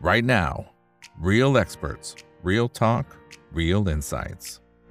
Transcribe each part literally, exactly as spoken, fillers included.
right now. Real experts, real talk, real insights.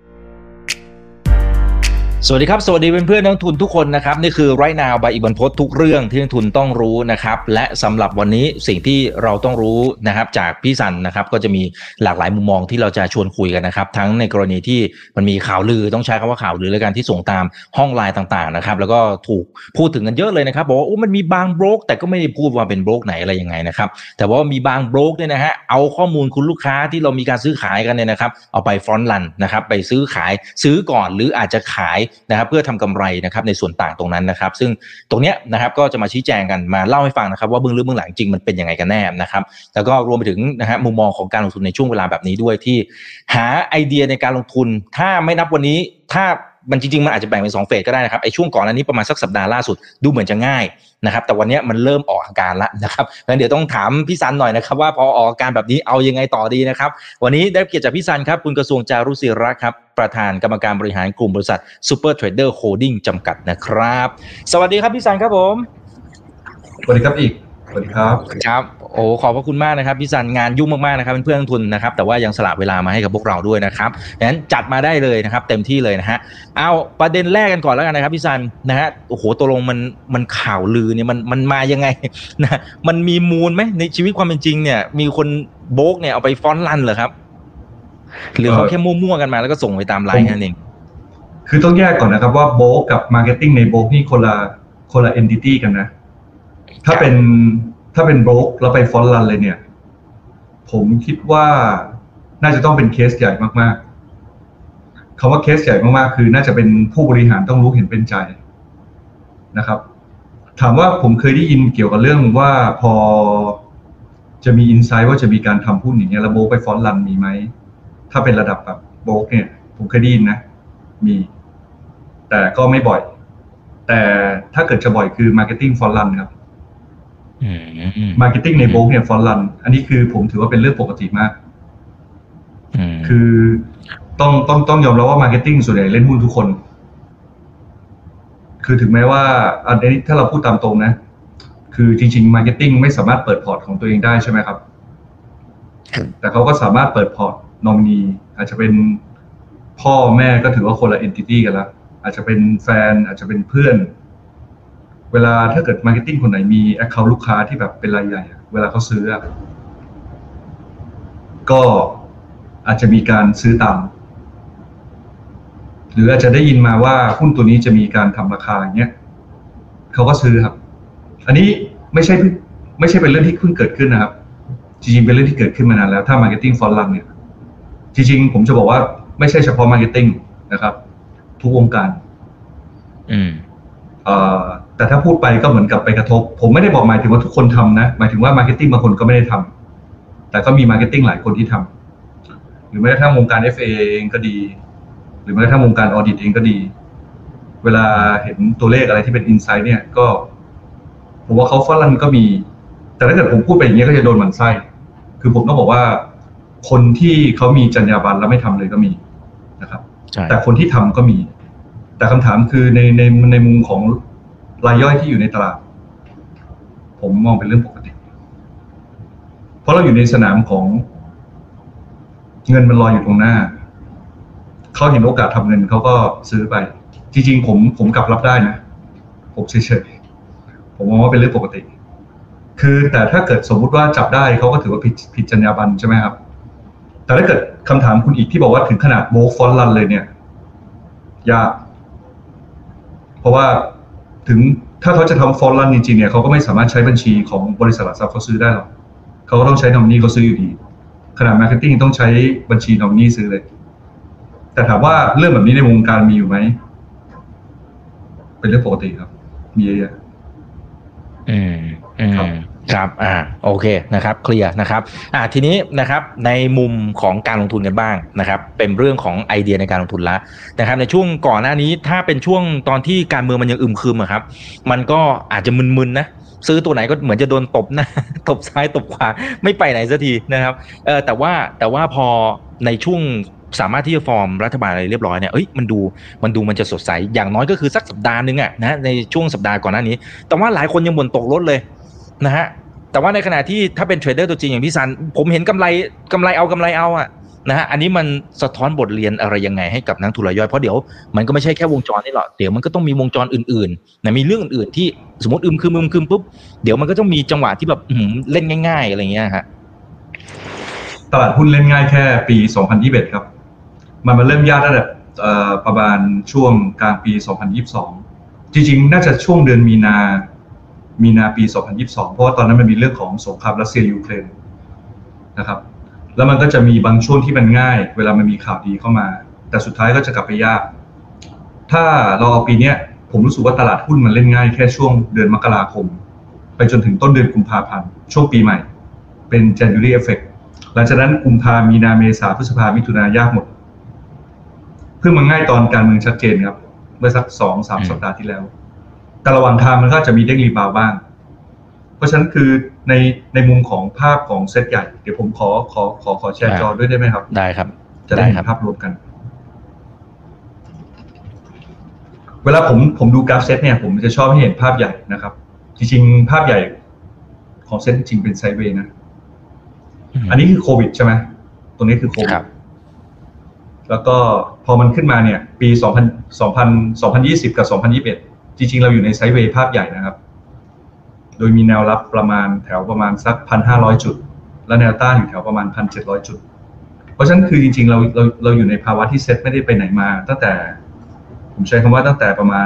สวัสดีครับสวัสดีเพื่อนๆนักลงทุนทุกคนนะครับนี่คือ Right Now by อีกบรรพตทุกเรื่องที่นักลงทุนต้องรู้นะครับและสำหรับวันนี้สิ่งที่เราต้องรู้นะครับจากพี่สันนะครับก็จะมีหลากหลายมุมมองที่เราจะชวนคุยกันนะครับทั้งในกรณีที่มันมีข่าวลือต้องใช้คำว่าข่าวลือแล้วกันที่ส่งตามห้องไลน์ต่างๆนะครับแล้วก็ถูกพูดถึงกันเยอะเลยนะครับบอกว่าโอ้มันมีบางโบรกแต่ก็ไม่ได้พูดว่าเป็นโบรกไหนอะไรยังไงนะครับแต่ว่ามีบางโบรกเนี่ยนะฮะเอาข้อมูลคุณลูกค้าที่เรามีการซื้อขายกันเนี่ยนะครับเอาไปฟรอนต์รันนะครับไปซื้อขายซื้อก่อนหรืออาจจะขายนะครับเพื่อทำกำไรนะครับในส่วนต่างตรงนั้นนะครับซึ่งตรงเนี้ยนะครับก็จะมาชี้แจงกันมาเล่าให้ฟังนะครับว่าเบื้องลึกเบื้องหลังจริงมันเป็นยังไงกันแน่นะครับแล้วก็รวมไปถึงนะฮะมุมมองของการลงทุนในช่วงเวลาแบบนี้ด้วยที่หาไอเดียในการลงทุนถ้าไม่นับวันนี้ถ้ามันจริงๆมันอาจจะแบ่งเป็นสองเฟสก็ได้นะครับไอ้ช่วงก่อนอันนี้ประมาณสักสัปดาห์ล่าสุดดูเหมือนจะง่ายนะครับแต่วันนี้มันเริ่มออกอาการแล้วนะครับงั้นเดี๋ยวต้องถามพี่ซันหน่อยนะครับว่าพอออกอาการแบบนี้เอายังไงต่อดีนะครับวันนี้ได้เกียรติจากพี่ซันครับคุณกระทรวงจารุศิระครับประธานกรรมการบริหารกลุ่มบริษัท Super Trader Holding จำกัดนะครับสวัสดีครับพี่ซันครับผมสวัสดีครับอีกสวัสดีครับครับโอ้ขอบพระคุณมากนะครับพี่ซันงานยุ่งมากๆนะครับเป็นเพื่อนลงทุนนะครับแต่ว่ายังสละเวลามาให้กับพวกเราด้วยนะครับงั้นจัดมาได้เลยนะครับเต็มที่เลยนะฮะเอาประเด็นแรกกันก่อนแล้วกันนะครับพี่ซันนะฮะโอ้โหตกลงมันมันข่าวลือเนี่ยมันมันมายังไงนะมันมีมูลไหมในชีวิตความเป็นจริงเนี่ยมีคนโบกเนี่ยเอาไปฟอนต์รันเหรอครับหรือเขาแค่มั่วๆกันมาแล้วก็ส่งไปตามไลน์นั่นเองคือต้องแยกก่อนนะครับว่าโบกกับมาร์เก็ตติ้งในโบกนี่คนละคนละเอนติตี้กันนะถ้าเป็นถ้าเป็นโบรกแล้วไปฟอนต์รันเลยเนี่ยผมคิดว่าน่าจะต้องเป็นเคสใหญ่มากๆคำว่าเคสใหญ่มากๆคือน่าจะเป็นผู้บริหารต้องรู้เห็นเป็นใจนะครับถามว่าผมเคยได้ยินเกี่ยวกับเรื่องว่าพอจะมีอินไซต์ว่าจะมีการทำหุ้นอย่างเงี้ยแล้วโบรกไปฟอนต์รันมีไหมถ้าเป็นระดับแบบโบรกเนี่ยผมเคยได้ยินนะมีแต่ก็ไม่บ่อยแต่ถ้าเกิดจะบ่อยคือ marketing font run ครับmarketing ในโบกเนี่ยฟอนต์รันอันนี้คือผมถือว่าเป็นเรื่องปกติมากคือต้องต้องต้องยอมรับว่า marketing ส่วนใหญ่เล่นหุ้นทุกคนคือถึงแม้ว่าอันนี้ถ้าเราพูดตามตรงนะคือจริงๆ marketing ไม่สามารถเปิดพอร์ตของตัวเองได้ใช่ไหมครับแต่เขาก็สามารถเปิดพอร์ตนอมินีอาจจะเป็นพ่อแม่ก็ถือว่าคนละ entity กันละอาจจะเป็นแฟนอาจจะเป็นเพื่อนเวลาถ้าเกิดมาร์เก็ตติ้งคนไหนมี account ลูกค้าที่แบบเป็นรายใหญ่เวลาเขาซื้อก็อาจจะมีการซื้อตามหรืออาจจะได้ยินมาว่าหุ้นตัวนี้จะมีการทำราคาอย่างเงี้ยเขาก็ซื้อครับอันนี้ไม่ใช่ไม่ใช่เป็นเรื่องที่เพิ่งเกิดขึ้นนะครับจริงๆเป็นเรื่องที่เกิดขึ้นมานานแล้วถ้า marketing font run เนี่ยจริงๆผมจะบอกว่าไม่ใช่เฉพาะ marketing นะครับทุกวงการอืมเอ่อแต่ถ้าพูดไปก็เหมือนกับไปกระทบผมไม่ได้บอกหมายถึงว่าทุกคนทำนะหมายถึงว่ามาร์เก็ตติ้งบางคนก็ไม่ได้ทำแต่ก็มีมาร์เก็ตติ้งหลายคนที่ทำหรือแม้กระทั่งวงการ เอฟ เอ เองก็ดีหรือแม้กระทั่งวงการออดิตเองก็ดีเวลาเห็นตัวเลขอะไรที่เป็นอินไซต์เนี่ยก็ผมว่าเขาฟอนต์รันก็มีแต่ถ้าเกิดผมพูดไปอย่างนี้ก็จะโดนหมั่นไส้คือผมต้องบอกว่าคนที่เขามีจรรยาบรรณแล้วไม่ทำเลยก็มีนะครับแต่คนที่ทำก็มีแต่คำถามคือในในในมุมของรายย่อยที่อยู่ในตลาดผมมองเป็นเรื่องปกติเพราะเราอยู่ในสนามของเงินมันลอยอยู่ตรงหน้าเขาเห็นโอกาสทำเงินเขาก็ซื้อไปจริงๆผมผมกลับรับได้นะผมเฉยๆผมมองว่าเป็นเรื่องปกติคือแต่ถ้าเกิดสมมุติว่าจับได้เขาก็ถือว่าผิดผิดจรรยาบรรณใช่ไหมครับแต่ถ้าเกิดคำถามคุณอีกที่บอกว่าถึงขนาดโบกฟอนต์รันเลยเนี่ยยากเพราะว่าถึงถ้าเขาจะทำฟอนต์รันจริงๆเนี่ยเขาก็ไม่สามารถใช้บัญชีของบริษัทหลักทรัพย์เขาซื้อได้หรอกเขาก็ต้องใช้นอมินีเขาซื้ออยู่ดีขนาดมาร์เก็ตติ้งต้องใช้บัญชีนอมินีซื้อเลยแต่ถามว่าเรื่องแบบนี้ในวงการมีอยู่ไหมเป็นเรื่องปกติครับมีเยอะอืมอืมครับอ่าโอเคนะครับเคลียร์นะครับอ่าทีนี้นะครับในมุมของการลงทุนกันบ้างนะครับเป็นเรื่องของไอเดียในการลงทุนละนะครับในช่วงก่อนหน้านี้ถ้าเป็นช่วงตอนที่การเมืองมันยังอึมครึมอะครับมันก็อาจจะมึนๆนะซื้อตัวไหนก็เหมือนจะโดนตบนะตบซ้ายตบขวาไม่ไปไหนสักทีนะครับเออแต่ว่าแต่ว่าพอในช่วงสามารถที่จะฟอร์มรัฐบาลอะไรเรียบร้อยเนี่ยเอ้ยมันดูมันดูมันจะสดใสอย่างน้อยก็คือสักสัปดาห์นึงอะนะในช่วงสัปดาห์ก่อนหน้านี้แต่ว่าหลายคนยังบ่นตกรถเลยนะฮะแต่ว่าในขณะที่ถ้าเป็นเทรดเดอร์ตัวจริงอย่างพี่ซันผมเห็นกำไรกำไรเอากำไรเอาอะนะฮะอันนี้มันสะท้อนบทเรียนอะไรยังไงให้กับนักทุนรายย่อยเพราะเดี๋ยวมันก็ไม่ใช่แค่วงจรนี่หรอกเดี๋ยวมันก็ต้องมีวงจรอื่นๆนะมีเรื่องอื่นๆที่สมมติอึมคืมอึมคืมปุ๊บเดี๋ยวมันก็ต้องมีจังหวะที่แบบเล่นง่ายๆอะไรเงี้ยฮะตลาดหุ้นเล่นง่ายแค่ปีสองพันยี่สิบเอ็ดครับมันมาเริ่มยากตั้งแต่ประมาณช่วงกลางปีสองพันยี่สิบสองจริงๆน่าจะช่วงเดือนมีนามีนาปีสองพันยี่สิบสองเพราะว่าตอนนั้นมันมีเรื่องของสงครามรัสเซียยูเครนนะครับแล้วมันก็จะมีบางช่วงที่มันง่ายเวลามันมีข่าวดีเข้ามาแต่สุดท้ายก็จะกลับไปยากถ้าเราเอาปีนี้ผมรู้สึกว่าตลาดหุ้นมันเล่นง่ายแค่ช่วงเดือนมกราคมไปจนถึงต้นเดือนกุมภาพันธ์ช่วงปีใหม่เป็น January Effect หลังจากนั้นกุมภามีนาเมษาพฤษภามิถุนายากหมดเพิ่งมาง่ายตอนการเมืองชัดเจนครับเมื่อสัก สองถึงสาม สัปดาห์ที่แล้วแต่ระหว่างทางมันก็จะมีเด้งรีบาวบ้างเพราะฉะนั้นคือในในมุมของภาพของเซตใหญ่เดี๋ยวผมขอขอขอขอแชร์จอด้วยได้ไหมครับได้ครับจะได้เห็นภาพรวมกันเวลาผมผมดูกราฟเซตเนี่ยผมจะชอบให้เห็นภาพใหญ่นะครับจริงๆภาพใหญ่ของเซตจริงเป็นไซด์เวย์นะอันนี้คือโควิดใช่ไหมตรงนี้คือโควิดแล้วก็พอมันขึ้นมาเนี่ยปีสองพัน สองพัน สองพันยี่สิบกับสองพันยี่สิบเอ็ดจริงๆเราอยู่ในไซด์เวย์ภาพใหญ่นะครับโดยมีแนวรับประมาณแถวประมาณสัก หนึ่งพันห้าร้อย จุดและแนวต้านอยู่แถวประมาณ หนึ่งพันเจ็ดร้อย จุดเพราะฉะนั้นคือจริงๆเราเราเราอยู่ในภาวะที่เซ็ตไม่ได้ไปไหนมาตั้งแต่ผมใช้คำว่าตั้งแต่ประมาณ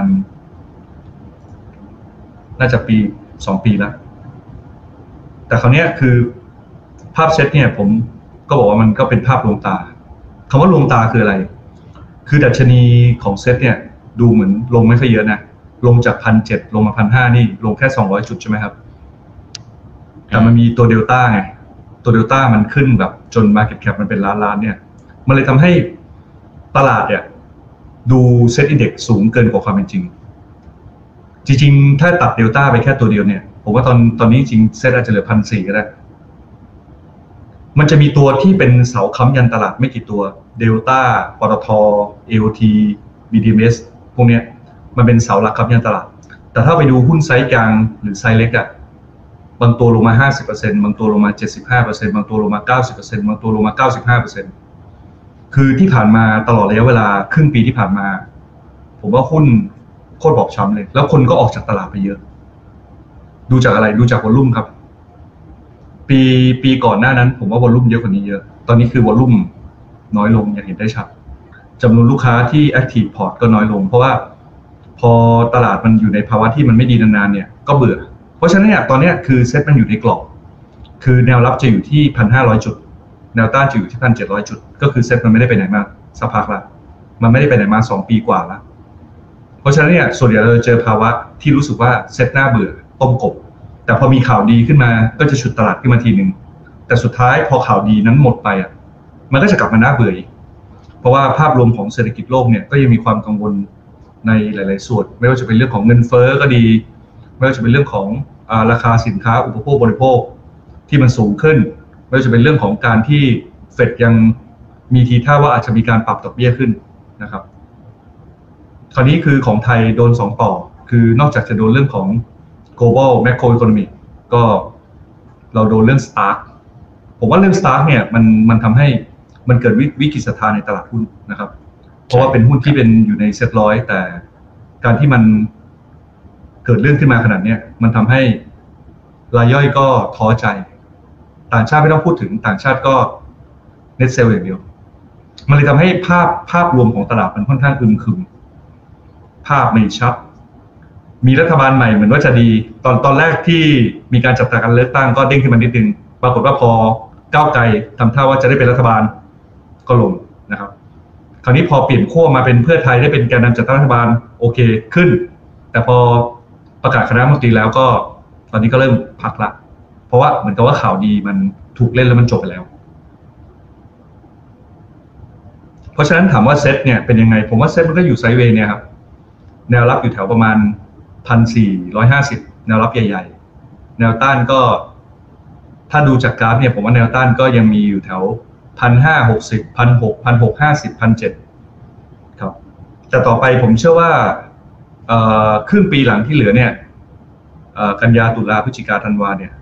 น่าจะปีสองปีแล้วแต่คราวนี้คือภาพเซ็ตเนี่ยผมก็บอกว่ามันก็เป็นภาพลวงตาคำว่าลวงตาคืออะไรคือดัชนีของเซ็ตเนี่ยดูเหมือนลงไม่ค่อยเยอะนะลงจาก หนึ่งพันเจ็ดร้อย ลงมา หนึ่งพันห้าร้อย นี่ลงแค่สองร้อยจุดใช่ไหมครับแต่มันมีตัวเดลต้าไงตัวเดลต้ามันขึ้นแบบจน market cap มันเป็นล้านล้านเนี่ยมันเลยทำให้ตลาดเนี่ยดูเซ็ตอินเด็กซ์สูงเกินกว่าความเป็นจริงจริงๆถ้าตัดเดลต้าไปแค่ตัวเดียวเนี่ยผมว่าตอนตอนนี้จริงเซ็ตอาจจะเหลือ หนึ่งพันสี่ร้อย ก็ได้มันจะมีตัวที่เป็นเสาค้ำยันตลาดไม่กี่ตัวเดลต้าปตท เอ โอ ที บี ดี เอ็ม เอส พวกเนี้ยมันเป็นเสาหลักค้ำยันตลาดแต่ถ้าไปดูหุ้นไซส์กลางหรือไซส์เล็กอะบางตัวลงมา ห้าสิบเปอร์เซ็นต์ บางตัวลงมา เจ็ดสิบห้าเปอร์เซ็นต์ บางตัวลงมา เก้าสิบเปอร์เซ็นต์ บางตัวลงมา เก้าสิบห้าเปอร์เซ็นต์ คือที่ผ่านมาตลอดระยะเวลาครึ่งปีที่ผ่านมาผมว่าหุ้นโคตรบอบช้ำเลยแล้วคนก็ออกจากตลาดไปเยอะดูจากอะไรดูจากวอลลุ่มครับปีปีก่อนหน้านั้นผมว่าวอลลุ่มเยอะกว่านี้เยอะตอนนี้คือวอลลุ่มน้อยลงอย่างเห็นได้ชัดจำนวนลูกค้าที่ Active Port ก็น้อยลงเพราะว่าพอตลาดมันอยู่ในภาวะที่มันไม่ดีนานๆเนี่ยก็เบื่อเพราะฉะนั้นเนี่ยตอนนี้คือเซ็ตมันอยู่ในกรอบคือแนวรับจะอยู่ที่ หนึ่งพันห้าร้อย จุดแนวต้านจะอยู่ที่ หนึ่งพันเจ็ดร้อย จุดก็คือเซ็ตมันไม่ได้ไปไหนมาสักพักละมันไม่ได้ไปไหนมาสองปีกว่าแล้วเพราะฉะนั้นเนี่ยส่วนใหญ่เราจะเจอภาวะที่รู้สึกว่าเซ็ตหน้าเบื่อต้มกบแต่พอมีข่าวดีขึ้นมาก็จะฉุดตลาดขึ้นมาทีนึงแต่สุดท้ายพอข่าวดีนั้นหมดไปอ่ะมันก็จะกลับมาน่าเบื่ออีกเพราะว่าภาพรวมของเศรษฐกิจโลกเนี่ยก็ยังมีความกังวลในหลายๆส่วนไม่ว่าจะเป็นเรื่องของเงินเฟ้อก็ดีไม่ว่าจะเป็นเรื่องของอ่าราคาสินค้าอุปโภคบริโภคที่มันสูงขึ้นไม่ว่าจะเป็นเรื่องของการที่เฟดยังมีทีท่าว่าอาจจะมีการปรับดอกเบี้ยขึ้นนะครับคราวนี้คือของไทยโดนสองต่อคือนอกจากจะโดนเรื่องของ global macro economic ก็เราโดนเรื่อง Stark ผมว่าเรื่อง Stark เนี่ยมันมันทำให้มันเกิดวิกฤตศรัทธาในตลาดหุ้นนะครับเพราะว่าเป็นหุ้นที่เป็นอยู่ในเซ็ตร้อยแต่การที่มันเกิดเรื่องขึ้นมาขนาดนี้มันทำให้รายย่อยก็ท้อใจต่างชาติไม่ต้องพูดถึงต่างชาติก็ net sell อย่างเดียวมันเลยทำให้ภาพภาพรวมของตลาดมันค่อนข้างอึมครึมภาพไม่ชัดมีรัฐบาลใหม่เหมือนว่าจะดีตอนตอนแรกที่มีการจัดการเลือกตั้งก็เด้งขึ้นมานิดนึงปรากฏว่าพอก้าวไกลทำท่าว่าจะได้เป็นรัฐบาลก็ลงนะครับคราวนี้พอเปลี่ยนขั้วมาเป็นเพื่อไทยได้เป็นแกนนำจัดตั้งรัฐบาลโอเคขึ้นแต่พอประกาศคณะรัฐมนตรีแล้วก็ตอนนี้ก็เริ่มพักละเพราะว่าเหมือนกับว่าข่าวดีมันถูกเล่นแล้วมันจบไปแล้วเพราะฉะนั้นถามว่าเซ็ตเนี่ยเป็นยังไงผมว่าเซ็ตมันก็อยู่ไซด์เวย์เนี่ยครับแนวรับอยู่แถวประมาณ หนึ่งพันสี่ร้อยห้าสิบ แนวรับใหญ่ๆแนวต้านก็ถ้าดูจากกราฟเนี่ยผมว่าแนวต้านก็ยังมีอยู่แถว หนึ่งพันห้าร้อยหกสิบ หนึ่งพันหกร้อย หนึ่งพันหกร้อยห้าสิบ หนึ่งพันเจ็ดร้อย ครับแต่ต่อไปผมเชื่อว่าครึ่งปีหลังที่เหลือเนี่ยกันยาตุลาพฤศจิกาธันวาเนี่ย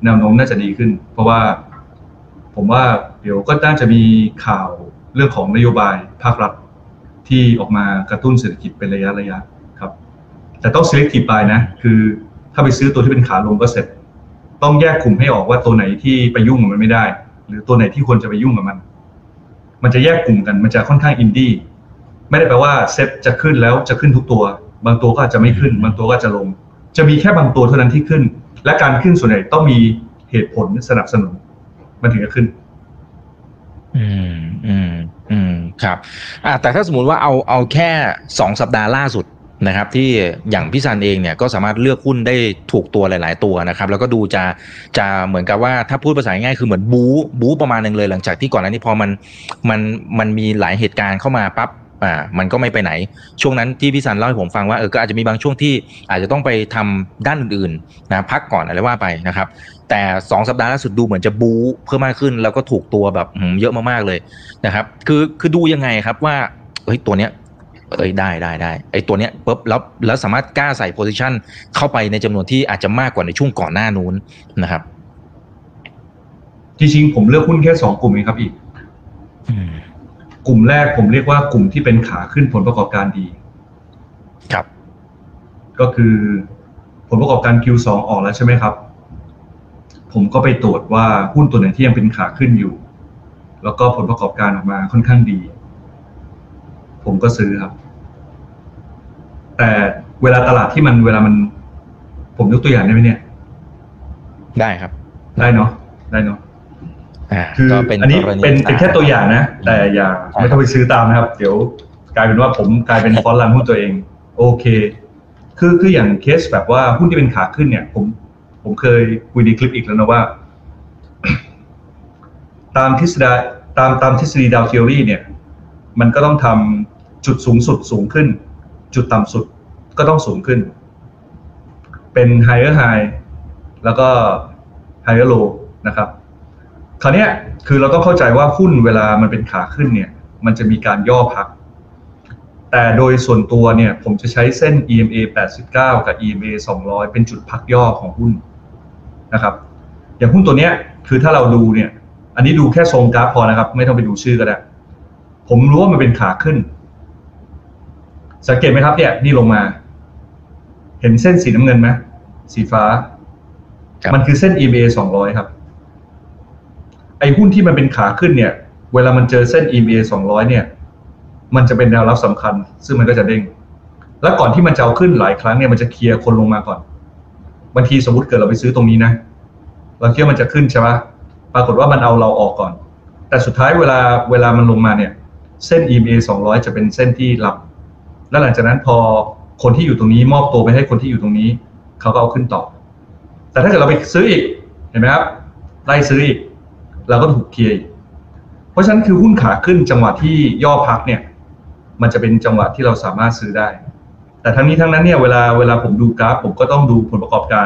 แนวโน้มน่าจะดีขึ้นเพราะว่าผมว่าเดี๋ยวก็น่าจะมีข่าวเรื่องของนโยบายภาครัฐที่ออกมากระตุ้นเศรษฐกิจเป็นระยะระยะครับแต่ต้อง selective buy นะคือถ้าไปซื้อตัวที่เป็นขาลงก็เสร็จต้องแยกกลุ่มให้ออกว่าตัวไหนที่ไปยุ่งกับมันไม่ได้หรือตัวไหนที่ควรจะไปยุ่งกับมันมันจะแยกกลุ่มกันมันจะค่อนข้างอินดี้ไม่ได้แปลว่าเซ็ตจะขึ้นแล้วจะขึ้นทุกตัวบางตัวก็อาจจะไม่ขึ้นบางตัวก็จะลงจะมีแค่บางตัวเท่านั้นที่ขึ้นและการขึ้นส่วนใหญ่ต้องมีเหตุผลสนับสนุนมันถึงจะขึ้นอืมอืมอืมครับอ่าแต่ถ้าสมมุติว่าเอาเอาแค่สองสัปดาห์ล่าสุดนะครับที่อย่างพี่ซันเองเนี่ยก็สามารถเลือกหุ้นได้ถูกตัวหลายๆตัวนะครับแล้วก็ดูจะจะเหมือนกับว่าถ้าพูดภาษาง่ายคือเหมือนบู๊บู๊ประมาณนึงเลยหลังจากที่ก่อนหน้านี้พอมันมันมันมีหลายเหตุการณ์เข้ามาปั๊บอ่ามันก็ไม่ไปไหนช่วงนั้นที่พี่ซันเล่าให้ผมฟังว่าเออก็อาจจะมีบางช่วงที่อาจจะต้องไปทำด้านอื่นๆนะพักก่อนอะไรว่าไปนะครับแต่สองสัปดาห์ล่าสุดดูเหมือนจะบู๊เพิ่มมากขึ้นแล้วก็ถูกตัวแบบเยอะมากๆเลยนะครับคือคือดูยังไงครับว่าเฮ้ยตัวเนี้ยเอ้ยได้ได้ได้ไอ้ตัวเนี้ยปุ๊บแล้วแล้วสามารถกล้าใส่โพซิชันเข้าไปในจำนวนที่อาจจะมากกว่าในช่วงก่อนหน้านู้นนะครับจริงๆผมเลือกหุ้นแค่สองกลุ่มเองครับอีกกลุ่มแรกผมเรียกว่ากลุ่มที่เป็นขาขึ้นผลประกอบการดีครับก็คือผลประกอบการ คิว สอง ออกแล้วใช่ไหมครับผมก็ไปตรวจว่าหุ้นตัวไหนที่ยังเป็นขาขึ้นอยู่แล้วก็ผลประกอบการออกมาค่อนข้างดีผมก็ซื้อครับแต่เวลาตลาดที่มันเวลามันผมยกตัวอย่างได้ไหมเนี่ยได้ครับได้เนาะได้เนาะคืออันนี้เป็นเป็นแค่ตัวอย่างนะแต่อย่าไม่ต้องไปซื้อตามนะครับเดี๋ยวกลายเป็นว่าผมกลายเป็นฟอนต์รันหุ้นตัวเองโอเคคือคืออย่างเคสแบบว่าหุ้นที่เป็นขาขึ้นเนี่ยผมผมเคยคุยในคลิปอีกแล้วนะว่าตามทฤษฎีตามตามทฤษฎีดาวเทอรี่เนี่ยมันก็ต้องทำจุดสูงสุดสูงขึ้นจุดต่ำสุดก็ต้องสูงขึ้นเป็น higher high แล้วก็ higher low นะครับคราวนี้คือเราต้องเข้าใจว่าหุ้นเวลามันเป็นขาขึ้นเนี่ยมันจะมีการย่อพักแต่โดยส่วนตัวเนี่ยผมจะใช้เส้น อี เอ็ม เอ แปดสิบเก้ากับ อี เอ็ม เอ สองร้อยเป็นจุดพักย่อของหุ้นนะครับอย่างหุ้นตัวเนี้ยคือถ้าเราดูเนี่ยอันนี้ดูแค่ทรงกราฟพอนะครับไม่ต้องไปดูชื่อก็ได้ผมรู้ว่ามันเป็นขาขึ้นสังเกตไหมครับเนี่ยนี่ลงมาเห็นเส้นสีน้ำเงินไหมสีฟ้ามันคือเส้น อี เอ็ม เอ สองร้อยครับไอ้หุ้นที่มันเป็นขาขึ้นเนี่ยเวลามันเจอเส้น อี เอ็ม เอ สองร้อยเนี่ยมันจะเป็นแนวรับสำคัญซึ่งมันก็จะเด้งแล้วก่อนที่มันจะเอาขึ้นหลายครั้งเนี่ยมันจะเคลียร์คนลงมาก่อนบางทีสมมติเกิดเราไปซื้อตรงนี้นะเราคิดว่ามันจะขึ้นใช่ไหมปรากฏว่ามันเอาเราออกก่อนแต่สุดท้ายเวลาเวลามันลงมาเนี่ยเส้น อี เอ็ม เอ สองร้อยจะเป็นเส้นที่รับแล้วหลังจากนั้นพอคนที่อยู่ตรงนี้มอบตัวไปให้คนที่อยู่ตรงนี้เขาก็เอาขึ้นต่อแต่ถ้าเกิดเราไปซื้ออีกเห็นไหมครับไล่ซื้ออีกเราก็ถูกเคลียร์เพราะฉะนั้นคือหุ้นขาขึ้นจังหวะที่ย่อพักเนี่ยมันจะเป็นจังหวะที่เราสามารถซื้อได้แต่ทั้งนี้ทั้งนั้นเนี่ยเวลาเวลาผมดูกราฟผมก็ต้องดูผลประกอบการ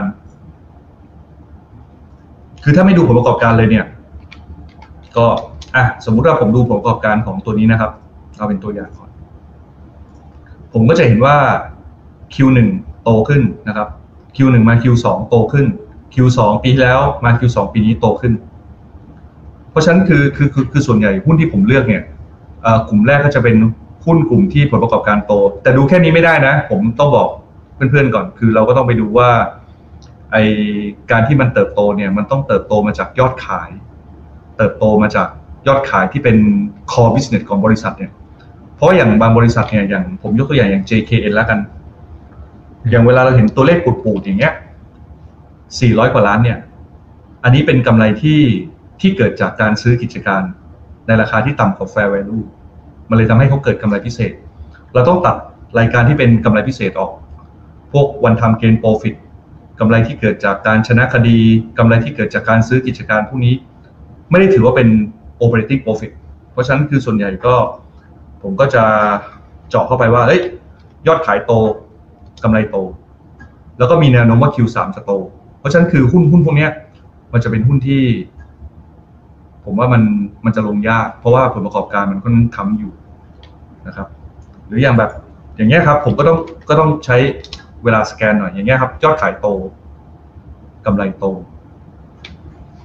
คือถ้าไม่ดูผลประกอบการเลยเนี่ยก็อ่ะสมมุติว่าผมดูผลประกอบการของตัวนี้นะครับเอาเป็นตัวอย่างก่อนผมก็จะเห็นว่า คิว หนึ่ง โตขึ้นนะครับ คิว หนึ่ง มา คิว สอง โตขึ้น คิว สอง ปีที่แล้วมา คิว สอง ปีนี้โตขึ้นเพราะฉะนั้นคือคือคือคือส่วนใหญ่หุ้นที่ผมเลือกเนี่ยกลุ่มแรกก็จะเป็นหุ้นกลุ่มที่ผลประกอบการโตแต่ดูแค่นี้ไม่ได้นะผมต้องบอกเพื่อนๆก่อนคือเราก็ต้องไปดูว่าไอการที่มันเติบโตเนี่ยมันต้องเติบโตมาจากยอดขายเติบโตมาจากยอดขายที่เป็น core business ของบริษัทเนี่ยเพราะอย่างบางบริษัทเนี่ยอย่างผมยกตัวอย่างอย่าง เจ เค เอ็น แล้วกันอย่างเวลาเราเห็นตัวเลขปูดๆอย่างเงี้ยสี่ร้อยกว่าล้านเนี่ยอันนี้เป็นกำไรที่ที่เกิดจากการซื้อกิจการในราคาที่ต่ำกว่า fair value มันเลยทำให้เขาเกิดกำไรพิเศษเราต้องตัดรายการที่เป็นกำไรพิเศษออกพวก one time gain profit กำไรที่เกิดจากการชนะคดีกำไรที่เกิดจากการซื้อกิจการพวกนี้ไม่ได้ถือว่าเป็น operating profit เพราะฉะนั้นคือส่วนใหญ่ก็ผมก็จะเจาะเข้าไปว่าเอ้ยยอดขายโตกำไรโตแล้วก็มีแนวโน้มว่า คิว สาม จะโตเพราะฉะนั้นคือหุ้นหุ้นพวกนี้มันจะเป็นหุ้นที่ผมว่ามันมันจะลงยากเพราะว่าผลประกอบการมันก็ค้ำอยู่นะครับหรืออย่างแบบอย่างเงี้ยครับผมก็ต้องก็ต้องใช้เวลาสแกนหน่อยอย่างเงี้ยครับยอดขายโตกำไรโต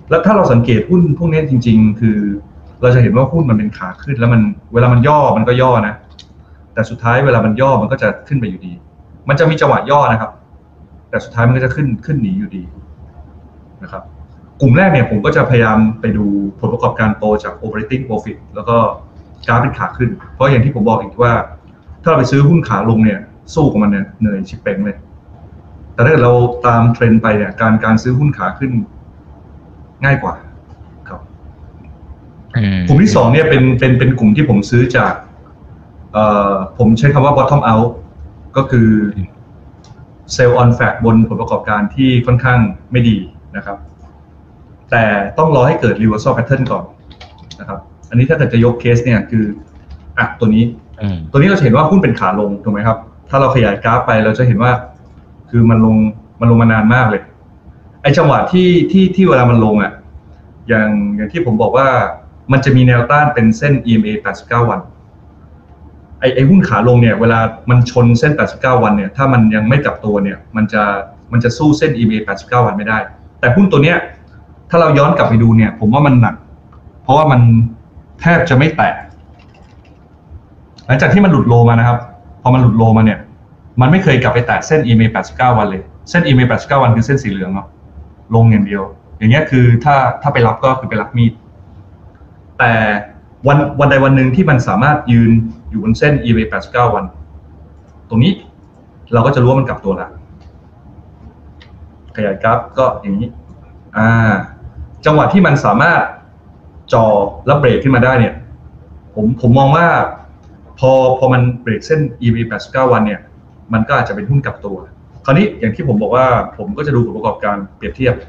แล้วถ้าเราสังเกตหุ้นพวกนี้จริงๆคือเราจะเห็นว่าหุ้นมันเป็นขาขึ้นแล้วมันเวลามันย่อมันก็ย่อนะแต่สุดท้ายเวลามันย่อมันก็จะขึ้นไปอยู่ดีมันจะมีจังหวะย่อนะครับแต่สุดท้ายมันก็จะขึ้นขึ้นหนีอยู่ดีนะครับกลุ่มแรกเนี่ยผมก็จะพยายามไปดูผลประกอบการโตจาก operating profit แล้วก็กราฟเป็นขาขึ้นเพราะอย่างที่ผมบอกอีกว่าถ้าเราไปซื้อหุ้นขาลงเนี่ยสู้กับมันเนี่ยเหนื่อยชิบเป่งเลยแต่ถ้าเกิดเราตามเทรนด์ไปเนี่ยการการซื้อหุ้นขาขึ้นง่ายกว่าครับกลุ่มที่สองเนี่ยเป็นเป็นเป็นกลุ่มที่ผมซื้อจากเอ่อผมใช้คำว่า bottom out ก็คือ sell on fact บนผลประกอบการที่ค่อนข้างไม่ดีนะครับแต่ต้องรอให้เกิด reversal pattern ก่อนนะครับอันนี้ถ้าเกิดจะยกเคสเนี่ยคืออ่ะตัวนี้ตัวนี้เราจะเห็นว่าหุ้นเป็นขาลงถูกไหมครับถ้าเราขยายกราฟไปเราจะเห็นว่าคือมันลงมันลงมานานมากเลยไอ้จังหวะที่ที่ที่เวลามันลงอ่ะอย่างอย่างที่ผมบอกว่ามันจะมีแนวต้านเป็นเส้น อี เอ็ม เอ แปดสิบเก้าวันไอ้ไอ้หุ้นขาลงเนี่ยเวลามันชนเส้นแปดสิบเก้าวันเนี่ยถ้ามันยังไม่กลับตัวเนี่ยมันจะมันจะสู้เส้น อี เอ็ม เอ แปดสิบเก้าวันไม่ได้แต่หุ้นตัวเนี้ยถ้าเราย้อนกลับไปดูเนี่ยผมว่ามันหนักเพราะว่ามันแทบจะไม่แตะหลังจากที่มันหลุดโลมานะครับพอมันหลุดโลมาเนี่ยมันไม่เคยกลับไปแตะเส้น อี เอ็ม เอ แปดสิบเก้าวันเลยเส้น อี เอ็ม เอ แปดสิบเก้าวันคือเส้นสีเหลืองเนาะลงอย่างเดียวอย่างเงี้ยคือถ้าถ้าไปรับก็คือไปรับมีดแต่วันวันใดวันหนึ่งที่มันสามารถยืนอยู่บนเส้น อี เอ็ม เอ แปดสิบเก้าวันตรงนี้เราก็จะรู้ว่ามันกลับตัวแล้วขยายกราฟก็อย่างนี้อ่าจังหวะที่มันสามารถจ่อแล้วเบรกขึ้นมาได้เนี่ยผมผมมองว่าพอพอมันเบรกเส้น อี เอ็ม เอ แปดสิบเก้าวันเนี่ยมันก็อาจจะเป็นหุ้นกลับตัวคราวนี้อย่างที่ผมบอกว่าผมก็จะดูผลประกอบการเปรียบเทียบ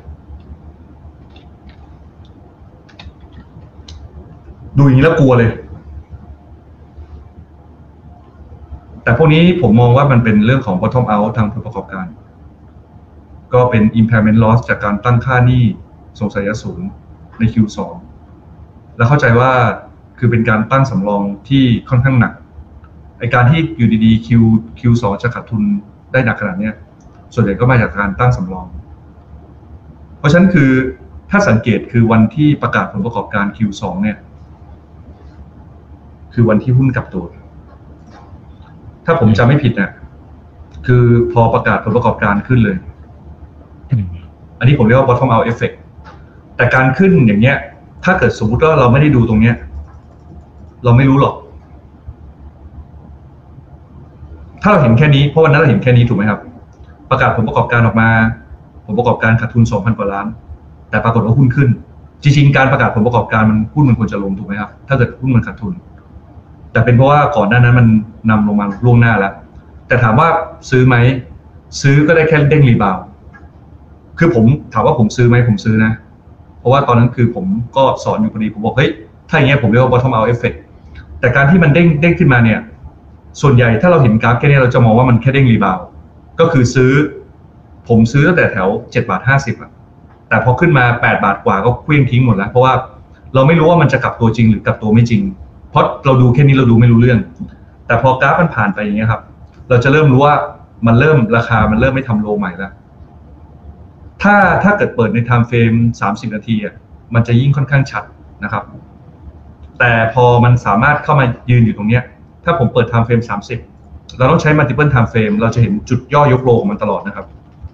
ดูอย่างนี้แล้วกลัวเลยแต่พวกนี้ผมมองว่ามันเป็นเรื่องของ bottom out ทางผลประกอบการก็เป็น impairment loss จากการตั้งค่าหนี้สงสัยสูงใน คิว สอง แล้วเข้าใจว่าคือเป็นการตั้งสำรองที่ค่อนข้างหนักไอการที่อยู่ดีๆ Q คิว สอง จะขาดทุนได้หนักขนาดนี้ส่วนใหญ่ก็มาจากการตั้งสำรองเพราะฉะนั้นคือถ้าสังเกตคือวันที่ประกาศผลประกอบการ คิว สอง เนี่ยคือวันที่หุ้นกลับตัวถ้าผมจำไม่ผิดนะคือพอประกาศผลประกอบการขึ้นเลยอันนี้ผมเรียกว่า bottom out effect แต่การขึ้นอย่างเงี้ยถ้าเกิดสมมุติว่าเราไม่ได้ดูตรงเนี้ยเราไม่รู้หรอกถ้าเราเห็นแค่นี้เพราะวันนั้นเราเห็นแค่นี้ถูกไหมครับประกาศผลประกอบการออกมาผลประกอบการขาดทุน สองพัน กว่าล้านแต่ปรากฏว่าหุ้นขึ้นจริงๆการประกาศผลประกอบการมันหุ้นมันควรจะลงถูกไหมครับถ้าเกิดหุ้นมันขาดทุนแต่เป็นเพราะว่าก่อนหน้านั้นมันนำลงมาล่วงหน้าแล้วแต่ถามว่าซื้อไหมซื้อก็ได้แค่เด้งรีบาวคือผมถามว่าผมซื้อไหมผมซื้อนะเพราะว่าตอนนั้นคือผมก็สอนอยู่พอดีผมบอกเฮ้ยถ้าอย่างเงี้ยผมเรียกว่า bottom out effect แต่การที่มันเด้งเด้งขึ้นมาเนี่ยส่วนใหญ่ถ้าเราเห็นกราฟแค่นี้เราจะมองว่ามันแค่เด้งรีบาวก็คือซื้อผมซื้อตั้งแต่แถวเจ็ดบาทห้าสิบอ่ะแต่พอขึ้นมาแปดบาทกว่าก็เคลื่อนทิ้งหมดแล้วเพราะว่าเราไม่รู้ว่ามันจะกลับตัวจริงหรือกลับตัวไม่จริงเพราะเราดูแค่นี้เราดูไม่รู้เรื่องแต่พอกราฟมันผ่านไปอย่างเงี้ยครับเราจะเริ่มรู้ว่ามันเริ่มราคามันเริ่มไม่ทำโลใหม่แล้วถ้าถ้าเกิดเปิดใน time frame สามสิบนาทีอ่ะมันจะยิ่งค่อนข้างชัดนะครับแต่พอมันสามารถเข้ามายืนอยู่ตรงเนี้ยถ้าผมเปิด time frame สามสิบเราต้องใช้ multiple time frame เราจะเห็นจุดย่อยกโลของมันตลอดนะครับ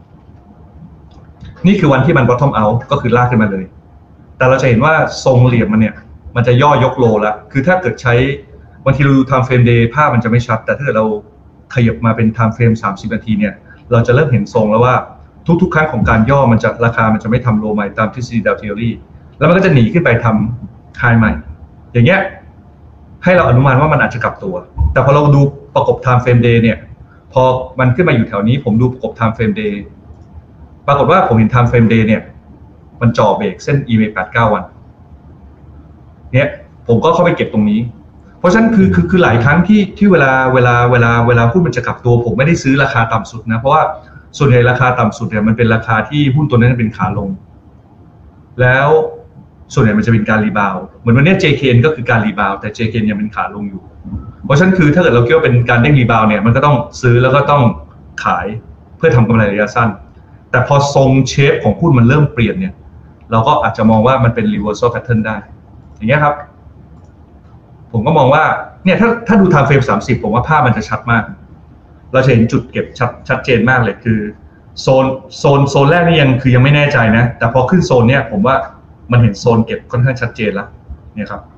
นี่คือวันที่มัน bottom out ก็คือลากขึ้นมาเลยแต่เราจะเห็นว่าทรงเหลี่ยมมันเนี่ยมันจะย่อยกโลแล้วคือถ้าเกิดใช้บางทีเราดู time frame day ภาพมันจะไม่ชัดแต่ถ้าเกิดเราขยับมาเป็น time frame สามสิบนาทีเนี่ยเราจะเริ่มเห็นทรงแล้วว่าทุกๆครั้งของการย่อมันจะราคามันจะไม่ทำโลใหม่ตามทฤษฎีดาวเทอรี่แล้วมันก็จะหนีขึ้นไปทำไฮใหม่อย่างเงี้ยให้เราอนุมานว่ามันอาจจะกลับตัวแต่พอเราดูประกบ time frame day เนี่ยพอมันขึ้นมาอยู่แถวนี้ผมดูประกบ time frame day ปรากฏว่าผมเห็น time frame day เนี่ยมันจ่อเบรกเส้น อี เอ็ม เอ แปดสิบเก้าวันเนี่ยผมก็เข้าไปเก็บตรงนี้เพราะฉะนั้นคือคือคือหลายครั้งที่ที่เวลาเวลาเวลาเวลาหุ้นมันจะกลับตัวผมไม่ได้ซื้อราคาต่ำสุดนะเพราะว่าส่วนใหญ่ราคาต่ำสุดเนี่ยมันเป็นราคาที่หุ้นตัวนั้นเป็นขาลงแล้วส่วนใหญ่มันจะเป็นการรีบาวเหมือนวันนี้ เจ เค เอ็น ก็คือการรีบาวแต่ เจ เค เอ็น ยังเป็นขาลงอยู่เพราะฉะนั้นคือถ้าเกิดเราคิดว่าเป็นการเด้งรีบาวเนี่ยมันก็ต้องซื้อแล้วก็ต้องขายเพื่อทำกำไรระยะสั้นแต่พอทรงเชฟของหุ้นมันเริ่มเปลี่ยนเนี่ยเราก็อาจจะมองว่ามันเป็น reversal pattern ได้อย่างเงี้ยครับผมก็มองว่าเนี่ยถ้าถ้าดู time frame สามสิบผมว่าภาพมันจะชัดมากเราจะเห็นจุดเก็บชัดชัดเจนมากเลยคือโซนโซนโซนแรกนี่ยังคือยังไม่แน่ใจนะแต่พอขึ้นโซนเนี้ยผมว่ามันเห็นโซนเก็บค่อนข้างชัดเจนแล้วเนี่ยครับ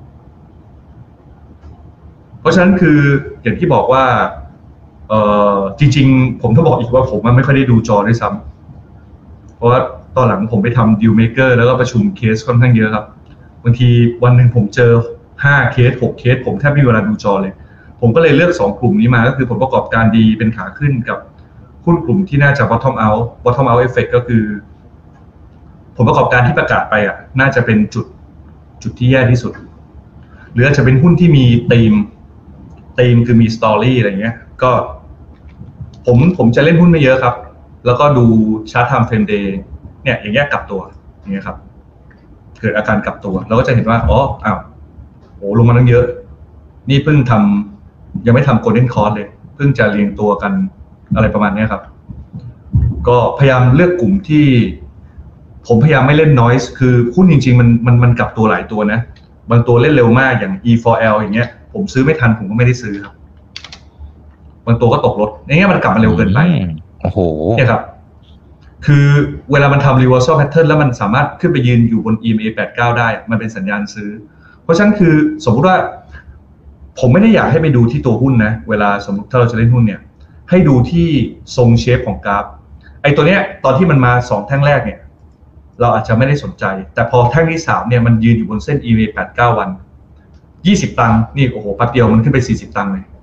เพราะฉะนั้นคืออย่างที่บอกว่าเอ่อจริงๆผมต้องบอกอีกว่าผมไม่ค่อยได้ดูจอด้วยซ้ำเพราะว่าตอนหลังผมไปทำ deal maker แล้วก็ประชุมเคสค่อนข้างเยอะครับบางทีวันหนึ่งผมเจอห้าเคสหกเคสผมแทบไม่มีเวลาดูจอเลยผมก็เลยเลือกสองกลุ่มนี้มาก็คือผลประกอบการดีเป็นขาขึ้นกับหุ้นกลุ่มที่น่าจะ bottom out bottom out effect ก็คือผลประกอบการที่ประกาศไปอ่ะน่าจะเป็นจุดจุดที่แย่ที่สุดหรืออาจจะเป็นหุ้นที่มีธีมธีมคือมีสตอรี่อะไรเงี้ยก็ผมผมจะเล่นหุ้นไม่เยอะครับแล้วก็ดูชาร์ต time frame day เนี่ยอย่างเงี้ยกลับตัวอย่างเงี้ยครับเกิดอาการกลับตัวเราก็จะเห็นว่าอ๋ออ้าวโอ้ลงมาตั้งเยอะนี่เพิ่งทำยังไม่ทำ golden cross เลยเพิ่งจะเรียงตัวกันอะไรประมาณนี้ครับก็พยายามเลือกกลุ่มที่ผมพยายามไม่เล่น noise คือหุ้นจริงๆมันมันมันกลับตัวหลายตัวนะบางตัวเล่นเร็วมากอย่าง อี โฟร์ แอล อย่างเงี้ยผมซื้อไม่ทันผมก็ไม่ได้ซื้อครับบางตัวก็ตกรถอย่างเงี้ยมันกลับมาเร็วเกินไปโอ้โหเนี่ยครับคือเวลามันทำ reversal pattern แล้วมันสามารถขึ้นไปยืนอยู่บน อี เอ็ม เอ แปดสิบเก้าได้มันเป็นสัญญาณซื้อเพราะฉะนั้นคือสมมุติว่าผมไม่ได้อยากให้ไปดูที่ตัวหุ้นนะเวลาสมมติถ้าเราจะเล่นหุ้นเนี่ยให้ดูที่ทรงเชฟของกราฟไอ้ตัวเนี้ยตอนที่มันมาสองแท่งแรกเนี่ยเราอาจจะไม่ได้สนใจแต่พอแท่งที่สามเนี่ยมันยืนอยู่บนเส้น อี เอ็ม เอ แปดสิบเก้าวันยี่สิบตังค์นี่โอ้โหแป๊บเดียวมันขึ้นไปสี่สิบตังค์เลย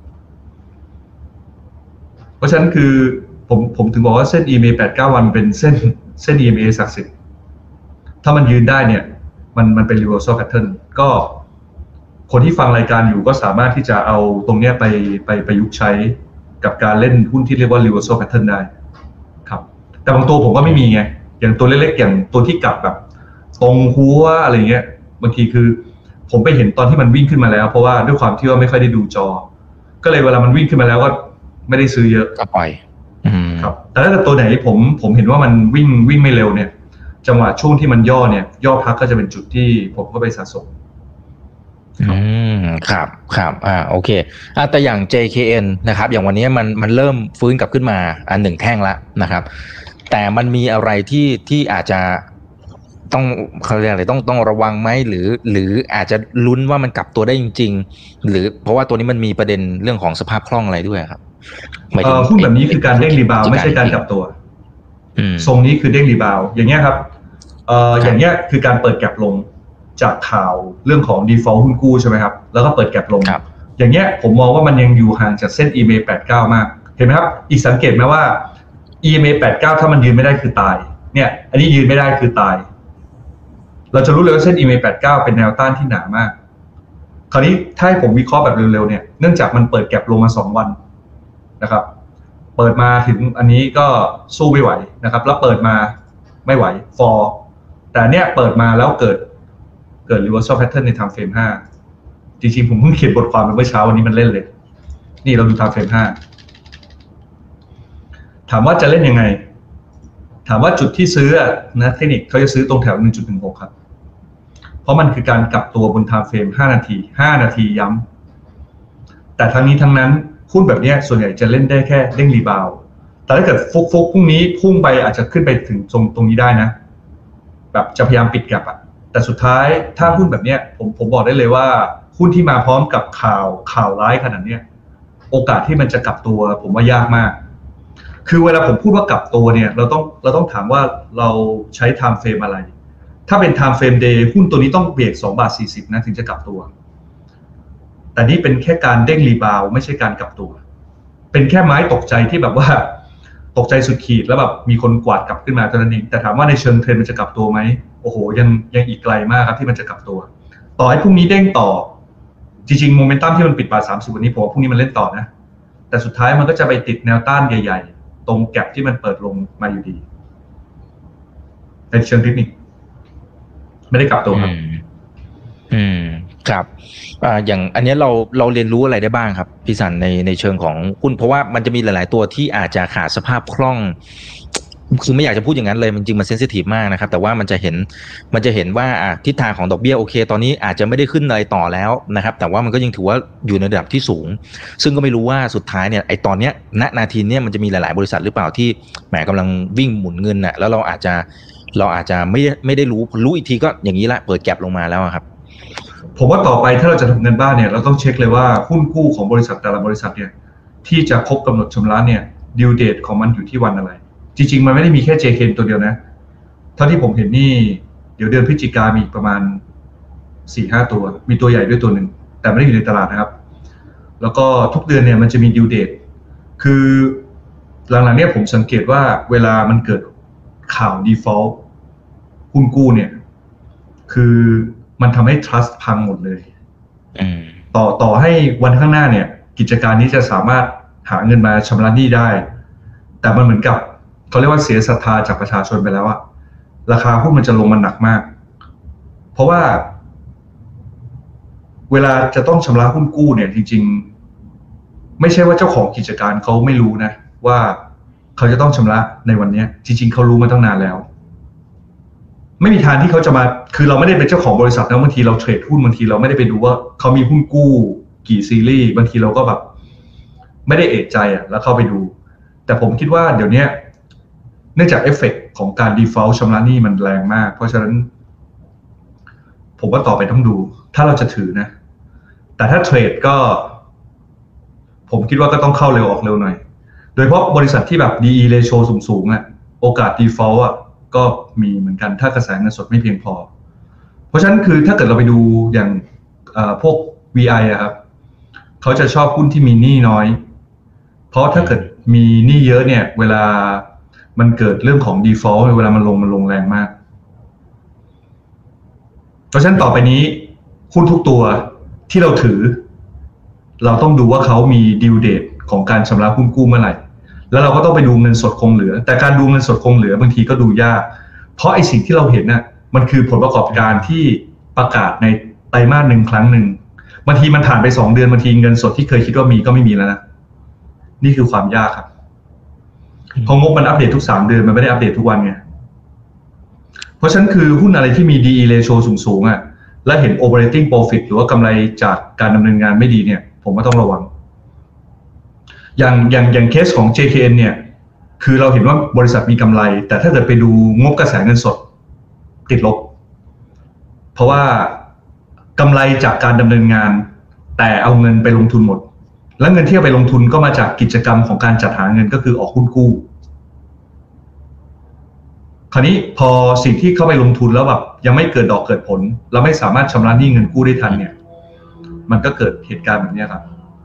เพราะฉะนั้นคือผมผมถึงบอกว่าเส้น อี เอ็ม เอ แปดสิบเก้าวันเป็นเส้นเส้น อี เอ็ม เอ ศักดิ์สิทธิ์ถ้ามันยืนได้เนี่ยมันมันเป็น reversal pattern ก็คนที่ฟังรายการอยู่ก็สามารถที่จะเอาตรงเนี้ยไปไปประยุกต์ใช้กับการเล่นหุ้นที่เรียกว่า reversal pattern ได้ครับแต่บางตัวผมก็ไม่มีไงอย่างตัวเล็กๆอย่างตัวที่กลับแบบตรงหัวอะไรเงี้ยบางทีคือผมไปเห็นตอนที่มันวิ่งขึ้นมาแล้วเพราะว่าด้วยความที่ว่าไม่ค่อยได้ดูจอก็เลยเวลามันวิ่งขึ้นมาแล้วก็ไม่ได้ซื้อเยอะก็ปล่อยครับแต่ถ้าเกิดตัวไหนผมผมเห็นว่ามันวิ่งวิ่งไม่เร็วเนี่ยจังหวะช่วงที่มันย่อเนี่ยย่อพักก็จะเป็นจุดที่ผมก็ไปสะสมอืมครับครับอ่าโอเคอ่าแต่อย่าง เจ เค เอ็น นะครับอย่างวันนี้มันมันเริ่มฟื้นกลับขึ้นมาอันหนึ่งแท่งละนะครับแต่มันมีอะไรที่ที่อาจจะต้องเขาเรียกอะไรต้องต้องระวังไหมหรือหรืออาจจะลุ้นว่ามันกลับตัวได้จริงๆหรือเพราะว่าตัวนี้มันมีประเด็นเรื่องของสภาพคล่องอะไรด้วยครับเอ่อหุ้นแบบนี้คือการเด้งรีบาวไม่ใช่การกลับตัวทรงนี้คือเด้งรีบาวอย่างเงี้ยครับเอ่ออย่างเงี้ยคือการเปิดแก็บลงจากข่าวเรื่องของ default หุ้นกู้ใช่ไหมครับแล้วก็เปิดแก็บลงอย่างเงี้ยผมมองว่ามันยังอยู่ห่างจากเส้น อี เอ็ม เอ แปดสิบเก้ามากเห็นไหมครับอีกสังเกตไหมว่า อี เอ็ม เอ แปดสิบเก้าถ้ามันยืนไม่ได้คือตายเนี่ยอันนี้ยืนไม่ได้คือตายเราจะรู้เลยว่าเส้น อี เอ็ม เอ แปดสิบเก้าเป็นแนวต้านที่หนามากคราวนี้ถ้าให้ผมวิเคราะห์แบบเร็วๆเนี่ยเนื่องจากมันเปิดแก็บลงมาสองวันนะครับเปิดมาถึงอันนี้ก็สู้ไม่ไหวนะครับแล้วเปิดมาไม่ไหวฟอร์แต่เนี่ยเปิดมาแล้วเกิดเกิด reversal pattern ใน time frame ห้าจริงๆผมเพิ่งเขียนบทความไปเมื่อเช้าวันนี้มันเล่นเลยนี่เราดู time frame ห้าถามว่าจะเล่นยังไงถามว่าจุดที่ซื้อนะเทคนิคเขาจะซื้อตรงแถว หนึ่งจุดหนึ่งหก ครับเพราะมันคือการกลับตัวบน time frame ห้านาทีห้านาทีย้ำแต่ทั้งนี้ทั้งนั้นหุ้นแบบนี้ส่วนใหญ่จะเล่นได้แค่เด้งรีบาวแต่ถ้าเกิดฟุกฟุกพรุ่งนี้พุ่งไปอาจจะขึ้นไปถึงตรงตรงนี้ได้นะแบบจะพยายามปิดแก็ปอะแต่สุดท้ายถ้าหุ้นแบบนี้ผมผมบอกได้เลยว่าหุ้นที่มาพร้อมกับข่าวข่าวร้ายขนาดนี้โอกาสที่มันจะกลับตัวผมว่ายากมากคือเวลาผมพูดว่ากลับตัวเนี่ยเราต้องเราต้องถามว่าเราใช้ time frame อะไรถ้าเป็น time frame day หุ้นตัวนี้ต้องเบรกสองบาทสี่สิบนะถึงจะกลับตัวแต่นี่เป็นแค่การเด้งรีบาวไม่ใช่การกลับตัวเป็นแค่ไม้ตกใจที่แบบว่าตกใจสุดขีดแล้วแบบมีคนกวาดกลับขึ้นมาเท่านั้นเองแต่ถามว่าในเชิงเทรนด์มันจะกลับตัวไหมโอ้โหยังยังอีกไกลมากครับที่มันจะกลับตัวต่อให้พรุ่งนี้เด้งต่อจริงๆโมเมนตัมที่มันปิดบาทสามสิบวันนี้ผมว่าพรุ่งนี้มันเล่นต่อนะแต่สุดท้ายมันก็จะไปติดแนวต้านใหญ่ๆตรงแก็ปที่มันเปิดลงมาอยู่ดีในเชิงเทคนิคไม่ได้กลับตัวครับอืมครับอ่าอย่างอันนี้เราเราเรียนรู้อะไรได้บ้างครับพี่สันในในเชิงของหุ้นเพราะว่ามันจะมีหลายๆตัวที่อาจจะขาดสภาพคล่องคือไม่อยากจะพูดอย่างนั้นเลยมันจริงมันเซนซิทีฟมากนะครับแต่ว่ามันจะเห็นมันจะเห็นว่าทิศทางของดอกเบี้ยโอเคตอนนี้อาจจะไม่ได้ขึ้นอะไรต่อแล้วนะครับแต่ว่ามันก็ยังถือว่าอยู่ในระดับที่สูงซึ่งก็ไม่รู้ว่าสุดท้ายเนี่ยไอ้ตอนเนี้ยณนาทีเนี้ยมันจะมีหลายๆบริษัทหรือเปล่าที่แหมกำลังวิ่งหมุนเงินน่ะแล้วเราอาจจะเราอาจจะไม่ไม่ได้รู้รู้อีกทีก็อย่างนี้ละเปิดแก็บลงมาแล้วครับผมว่าต่อไปถ้าเราจะทำเงินบ้านเนี่ยเราต้องเช็คเลยว่าหุ้นกู้ของบริษัทแต่ละบริษัทเนี่ยที่จะครบกำหนดชำระเนี่ยดิวเดทของมันอยู่ที่วันอะไรจริงๆมันไม่ได้มีแค่ เจ เค ตัวเดียวนะเท่าที่ผมเห็นนี่เดี๋ยวเดือนพฤศจิกามีประมาณ สี่ห้า ตัวมีตัวใหญ่ด้วยตัวหนึ่งแต่ไม่ได้อยู่ในตลาดนะครับแล้วก็ทุกเดือนเนี่ยมันจะมีดิวเดทคือหลังๆเนี่ยผมสังเกตว่าเวลามันเกิดข่าว default หุ้นกู้เนี่ยคือมันทำให้ trust พังหมดเลยต่อต่อให้วันข้างหน้าเนี่ยกิจการนี้จะสามารถหาเงินมาชำระหนี้ได้แต่มันเหมือนกับเขาเรียกว่าเสียศรัทธาจากประชาชนไปแล้วอะราคาหุ้นมันจะลงมันหนักมากเพราะว่าเวลาจะต้องชำระหุ้นกู้เนี่ยจริงๆไม่ใช่ว่าเจ้าของกิจการเขาไม่รู้นะว่าเขาจะต้องชำระในวันนี้จริงๆเขารู้มาตั้งนานแล้วไม่มีทางที่เขาจะมาคือเราไม่ได้เป็นเจ้าของบริษัทนะบางทีเราเทรดหุ้นบางทีเราไม่ได้ไปดูว่าเขามีหุ้นกู้กี่ซีรีส์บางทีเราก็แบบไม่ได้เอะใจอ่ะแล้วเข้าไปดูแต่ผมคิดว่าเดี๋ยวนี้เนื่องจากเอฟเฟกต์ของการ default ชำระหนี้มันแรงมากเพราะฉะนั้นผมว่าต่อไปต้องดูถ้าเราจะถือนะแต่ถ้าเทรดก็ผมคิดว่าก็ต้องเข้าเร็วออกเร็วหน่อยโดยเฉพาะบริษัทที่แบบ ดี อี ratio สูงๆอ่ะโอกาส default อ่ะก็มีเหมือนกันถ้ากระแสเงินสดไม่เพียงพอเพราะฉะนั้นคือถ้าเกิดเราไปดูอย่างพวก วี ไอ อะครับเขาจะชอบหุ้นที่มีหนี้น้อยเพราะถ้าเกิดมีหนี้เยอะเนี่ยเวลามันเกิดเรื่องของ default เวลามันลงมันลงแรงมากเพราะฉะนั้นต่อไปนี้หุ้นทุกตัวที่เราถือเราต้องดูว่าเขามี due date ของการชำระหุ้นกู้เมื่อไหร่แล้วเราก็ต้องไปดูเงินสดคงเหลือแต่การดูเงินสดคงเหลือบางทีก็ดูยากเพราะไอ้สิ่งที่เราเห็นน่ะมันคือผลประกอบการที่ประกาศในไตรมาสหนึ่งครั้งหนึ่งบางทีมันผ่านไปสองเดือนบางทีเงินสดที่เคยคิดว่ามีก็ไม่มีแล้วนะนี่คือความยากครับพองบมันอัปเดตทุกสามเดือนมันไม่ได้อัปเดตทุกวันไงเพราะฉะนั้นคือหุ้นอะไรที่มี ดี อี ratio สูงๆอ่ะและเห็น operating profit หรือว่ากำไรจากการดำเนินงานไม่ดีเนี่ยผมว่าต้องระวังอย่างอย่างอย่างเคสของ เจ เค เอ็น เนี่ยคือเราเห็นว่าบริษัทมีกำไรแต่ถ้าเกิดไปดูงบกระแสเงินสดติดลบเพราะว่ากำไรจากการดำเนินงานแต่เอาเงินไปลงทุนหมดและเงินที่เอาไปลงทุนก็มาจากกิจกรรมของการจัดหาเงินก็คือออกหุ้นกู้คราวนี้พอสิ่งที่เข้าไปลงทุนแล้วแบบยังไม่เกิดดอกเกิดผลเราไม่สามารถชำระหนี้เงินกู้ได้ทันเนี่ยมันก็เกิดเหตุการณ์แบบนี้ครับ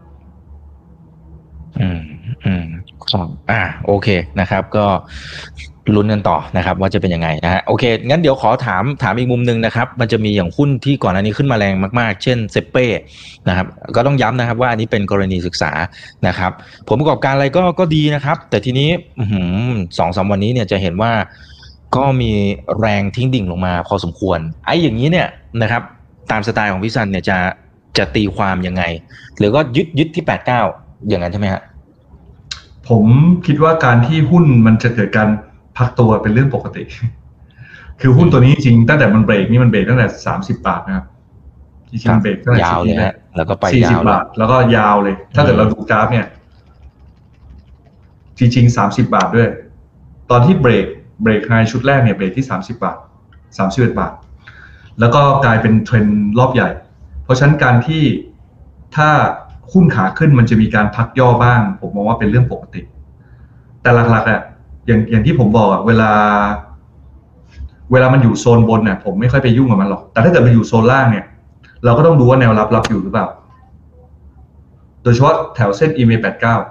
อืมอืมครับอ่าโอเคนะครับก็ลุ้นกันต่อนะครับว่าจะเป็นยังไงนะฮะโอเคงั้นเดี๋ยวขอถามถามอีกมุมนึงนะครับมันจะมีอย่างหุ้นที่ก่อนหน้านี้ขึ้นมาแรงมากๆเช่นเซเป้นะครับก็ต้องย้ำนะครับว่าอันนี้เป็นกรณีศึกษานะครับผลประกอบการอะไรก็ก็ดีนะครับแต่ทีนี้สองสามวันนี้เนี่ยจะเห็นว่าก็มีแรงทิ้งดิ่งลงมาพอสมควรไอ้อย่างนี้เนี่ยนะครับตามสไตล์ของพี่ซันเนี่ยจะจะตีความยังไงหรือก็ยึดยึดที่แปดเก้าอย่างนั้นใช่ไหมฮะผมคิดว่าการที่หุ้นมันจะเกิดการพักตัวเป็นเรื่องปกติคือหุ้นตัวนี้จริงตั้งแต่มันเบรกนี่มันเบรกตั้งแต่สามสิบบาทนะครับจริงๆเบรกตั้งแต่ยาวเลยฮะแล้วก็ไปสี่สิบบาทแล้วก็ยาวเลยถ้าเกิดเราดูกราฟเนี่ยจริงๆสามสิบบาทด้วยตอนที่เบรกเบรกไฮชุดแรกเนี่ยเบรกที่สามสิบบาทสามสิบเอ็ดบาทแล้วก็กลายเป็นเทรนด์รอบใหญ่เพราะฉะนั้นการที่ถ้าหุ้นขาขึ้นมันจะมีการพักย่อบ้างผมมองว่าเป็นเรื่องปกติแต่หลักๆอ่ะอย่างอย่างที่ผมบอกอ่ะเวลาเวลามันอยู่โซนบนเนี่ยผมไม่ค่อยไปยุ่งกับมันหรอกแต่ถ้าเกิดมันอยู่โซนล่างเนี่ยเราก็ต้องดูว่าแนวรับรับอยู่หรือเปล่าโดยเฉพาะแถวเส้น อี เอ็ม เอ แปดสิบเก้า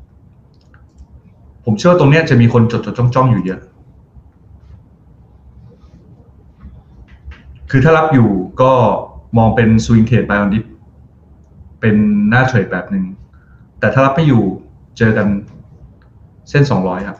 ผมเชื่อว่าตรงเนี้ยจะมีคนจดจดจ้องจ้องอยู่เยอะคือถ้ารับอยู่ก็มองเป็น swing trade buy on dip เป็นหน้าเทรดแบบหนึ่งแต่ถ้ารับไม่อยู่เจอกันเส้นสองร้อยครับ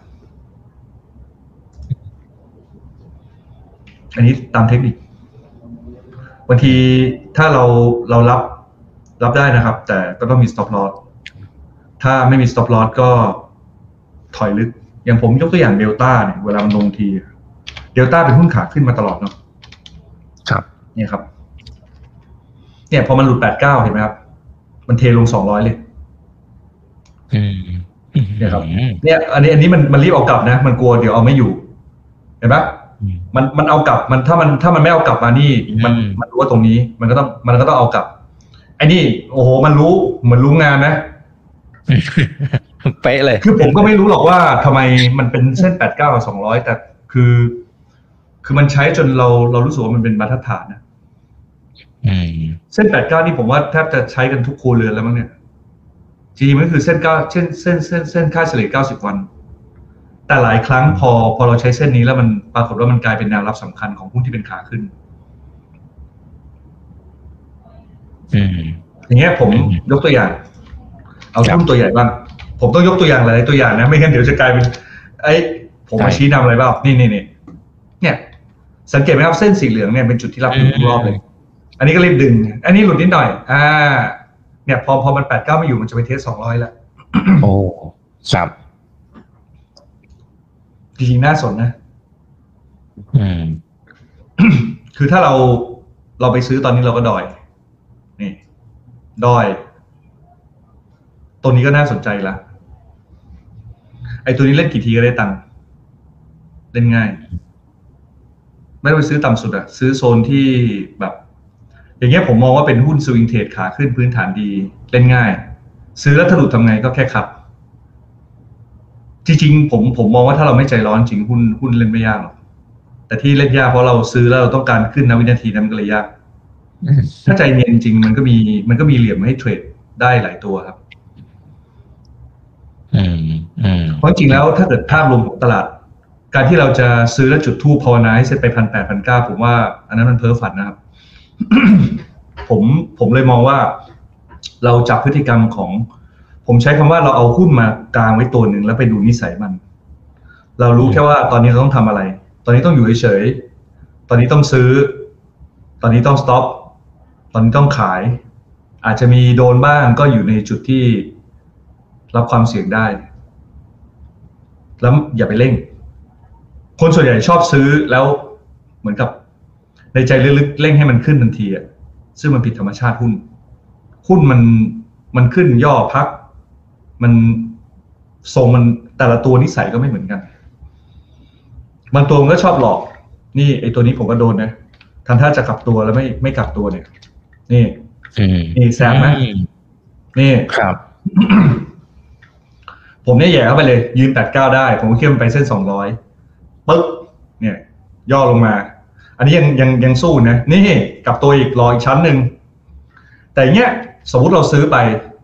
อันนี้ตามเทคนิคบางทีถ้าเราเรารับรับได้นะครับแต่ก็ต้องมี stop loss ถ้าไม่มี stop loss ก็ถอยลึกอย่างผมยกตัวอย่างเดลต้าเนี่ยเวลามันลงทีเดลต้าเป็นหุ้นขาขึ้นมาตลอดเนาะครับเนี่ยครับเนี่ยพอมันหลุดแปดสิบเก้าเห็นไหมครับมันเทลงสองร้อยเลยเนี่ยครับเนี่ยอันนี้อันนี้มันมันรีบเอากลับนะมันกลัวเดี๋ยวเอาไม่อยู่เห็นปะมันมันเอากลับมันถ้ามันถ้ามันไม่เอากลับมานี่มันมันรู้ว่าตรงนี้มันก็ต้องมันก็ต้องเอากลับไอ้นี่โอ้โหมันรู้เหมือนรู้งานนะเป๊ะเลยคือผมก็ไม่รู้หรอกว่าทำไมมันเป็นเส้นแปดสิบเก้ากับสองร้อยแต่คือคือมันใช้จนเราเรารู้สึกว่ามันเป็นบรรทัดฐานนะเส้นแปดสิบเก้านี่ผมว่าแทบจะใช้กันทุกครัวเรือนแล้วมั้งเนี่ยจริงๆมันคือเส้นเก้าเส้นเส้นเส้นเส้นค่าเฉลี่ยเก้าสิบวันแต่หลายครั้งพอพอเราใช้เส้นนี้แล้วมันปรากฏว่ามันกลายเป็นแนวรับสำคัญของหุ้นที่เป็นขาขึ้นอย่างเงี้ยผมยกตัวอย่างเอาหุ้นตัวใหญ่บ้างผมต้องยกตัวอย่างหลายๆตัวอย่างนะไม่งั้นเดี๋ยวจะกลายเป็นไอ้ผมมาชี้นำอะไรบ้างนี่นี่นี่เนี่ยสังเกตไหมครับเส้นสีเหลืองเนี่ยเป็นจุดที่รับอยู่ทุกรอบเลยอันนี้ก็รีบดึงอันนี้หลุดนิดหน่อยอ่าเนี่ยพอพอมันแปดสิบเก้าไม่อยู่มันจะไปเทสสองร้อยแล้วโอ้ครับจริงๆน่าสนนะอืมคือถ้าเราเราไปซื้อตอนนี้เราก็ดอยนี่ดอยตัวนี้ก็น่าสนใจละไอ้ตัวนี้เล่นกี่ทีก็ได้ตังค์เล่นง่ายไม่ต้องไปซื้อต่ำสุดอะซื้อโซนที่แบบอย่างเงี้ยผมมองว่าเป็นหุ้นสวิงเทรดขาขึ้นพื้นฐานดีเล่นง่ายซื้อแล้วถ้าหลุดทำไงก็แค่คัดจริงๆผมผมมองว่าถ้าเราไม่ใจร้อนจริงหุ้นหุ้นเล่นไม่ยากหรอกแต่ที่เล่นยากเพราะเราซื้อแล้วเราต้องการขึ้นณวินาทีนั้นก็เลยยากถ้าใจเย็นจริงมันก็มีมันก็มีเหลี่ยมให้เทรดได้หลายตัวครับเพราะจริงแล้วถ้าเกิดภาพรวมของตลาดการที่เราจะซื้อแล้วจุดธูปภาวนาให้เซ็ตไปพันแปดพันเก้าผมว่าอันนั้นมันเพ้อฝันนะครับ ผมผมเลยมองว่าเราจับพฤติกรรมของผมใช้คำว่าเราเอาหุ้นมากางไว้ตัวหนึ่งแล้วไปดูนิสัยมันเรารู้แค่ว่าตอนนี้เราต้องทำอะไรตอนนี้ต้องอยู่เฉยๆตอนนี้ต้องซื้อตอนนี้ต้องสต็อปตอนนี้ต้องขายอาจจะมีโดนบ้างก็อยู่ในจุดที่รับความเสี่ยงได้แล้วอย่าไปเร่งคนส่วนใหญ่ชอบซื้อแล้วเหมือนกับในใจลึกๆเร่งให้มันขึ้นทันทีอ่ะซึ่งมันผิดธรรมชาติหุ้นหุ้นมันมันขึ้นย่อพักมันทรงมันแต่ละตัวนิสัยก็ไม่เหมือนกันบางตัวมันก็ชอบหลอกนี่ไอตัวนี้ผมก็โดนนะทำท่าจะกลับตัวแล้วไม่ไม่กลับตัวเนี่ยนี่นี่แซมนะนี่ครับผมเนี่ยแย่เข้าไปเลยยืนแปดสิบเก้าได้ผมก็คิดมันไปเส้นสองร้อยปึ๊บเนี่ยย่อลงมาอันนี้ยังยังยังสู้นะนี่กลับตัวอีกรออีกชั้นหนึ่งแต่เนี้ยสมมุติเราซื้อไป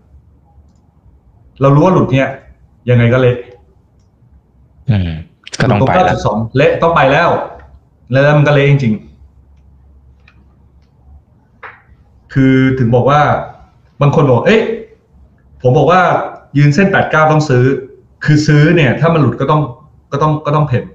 เรารู้ว่าหลุดเนี่ยยังไงก็เละอืมก็ต้องไปแล้วสองเละต้องไปแล้วแล้วมันก็เละจริงๆคือถึงบอกว่าบางคนบอกเอ๊ะผมบอกว่ายืนเส้นแปดสิบเก้าต้องซื้อคือซื้อเนี่ยถ้ามันหลุดก็ต้องก็ต้องก็ต้องเพ่น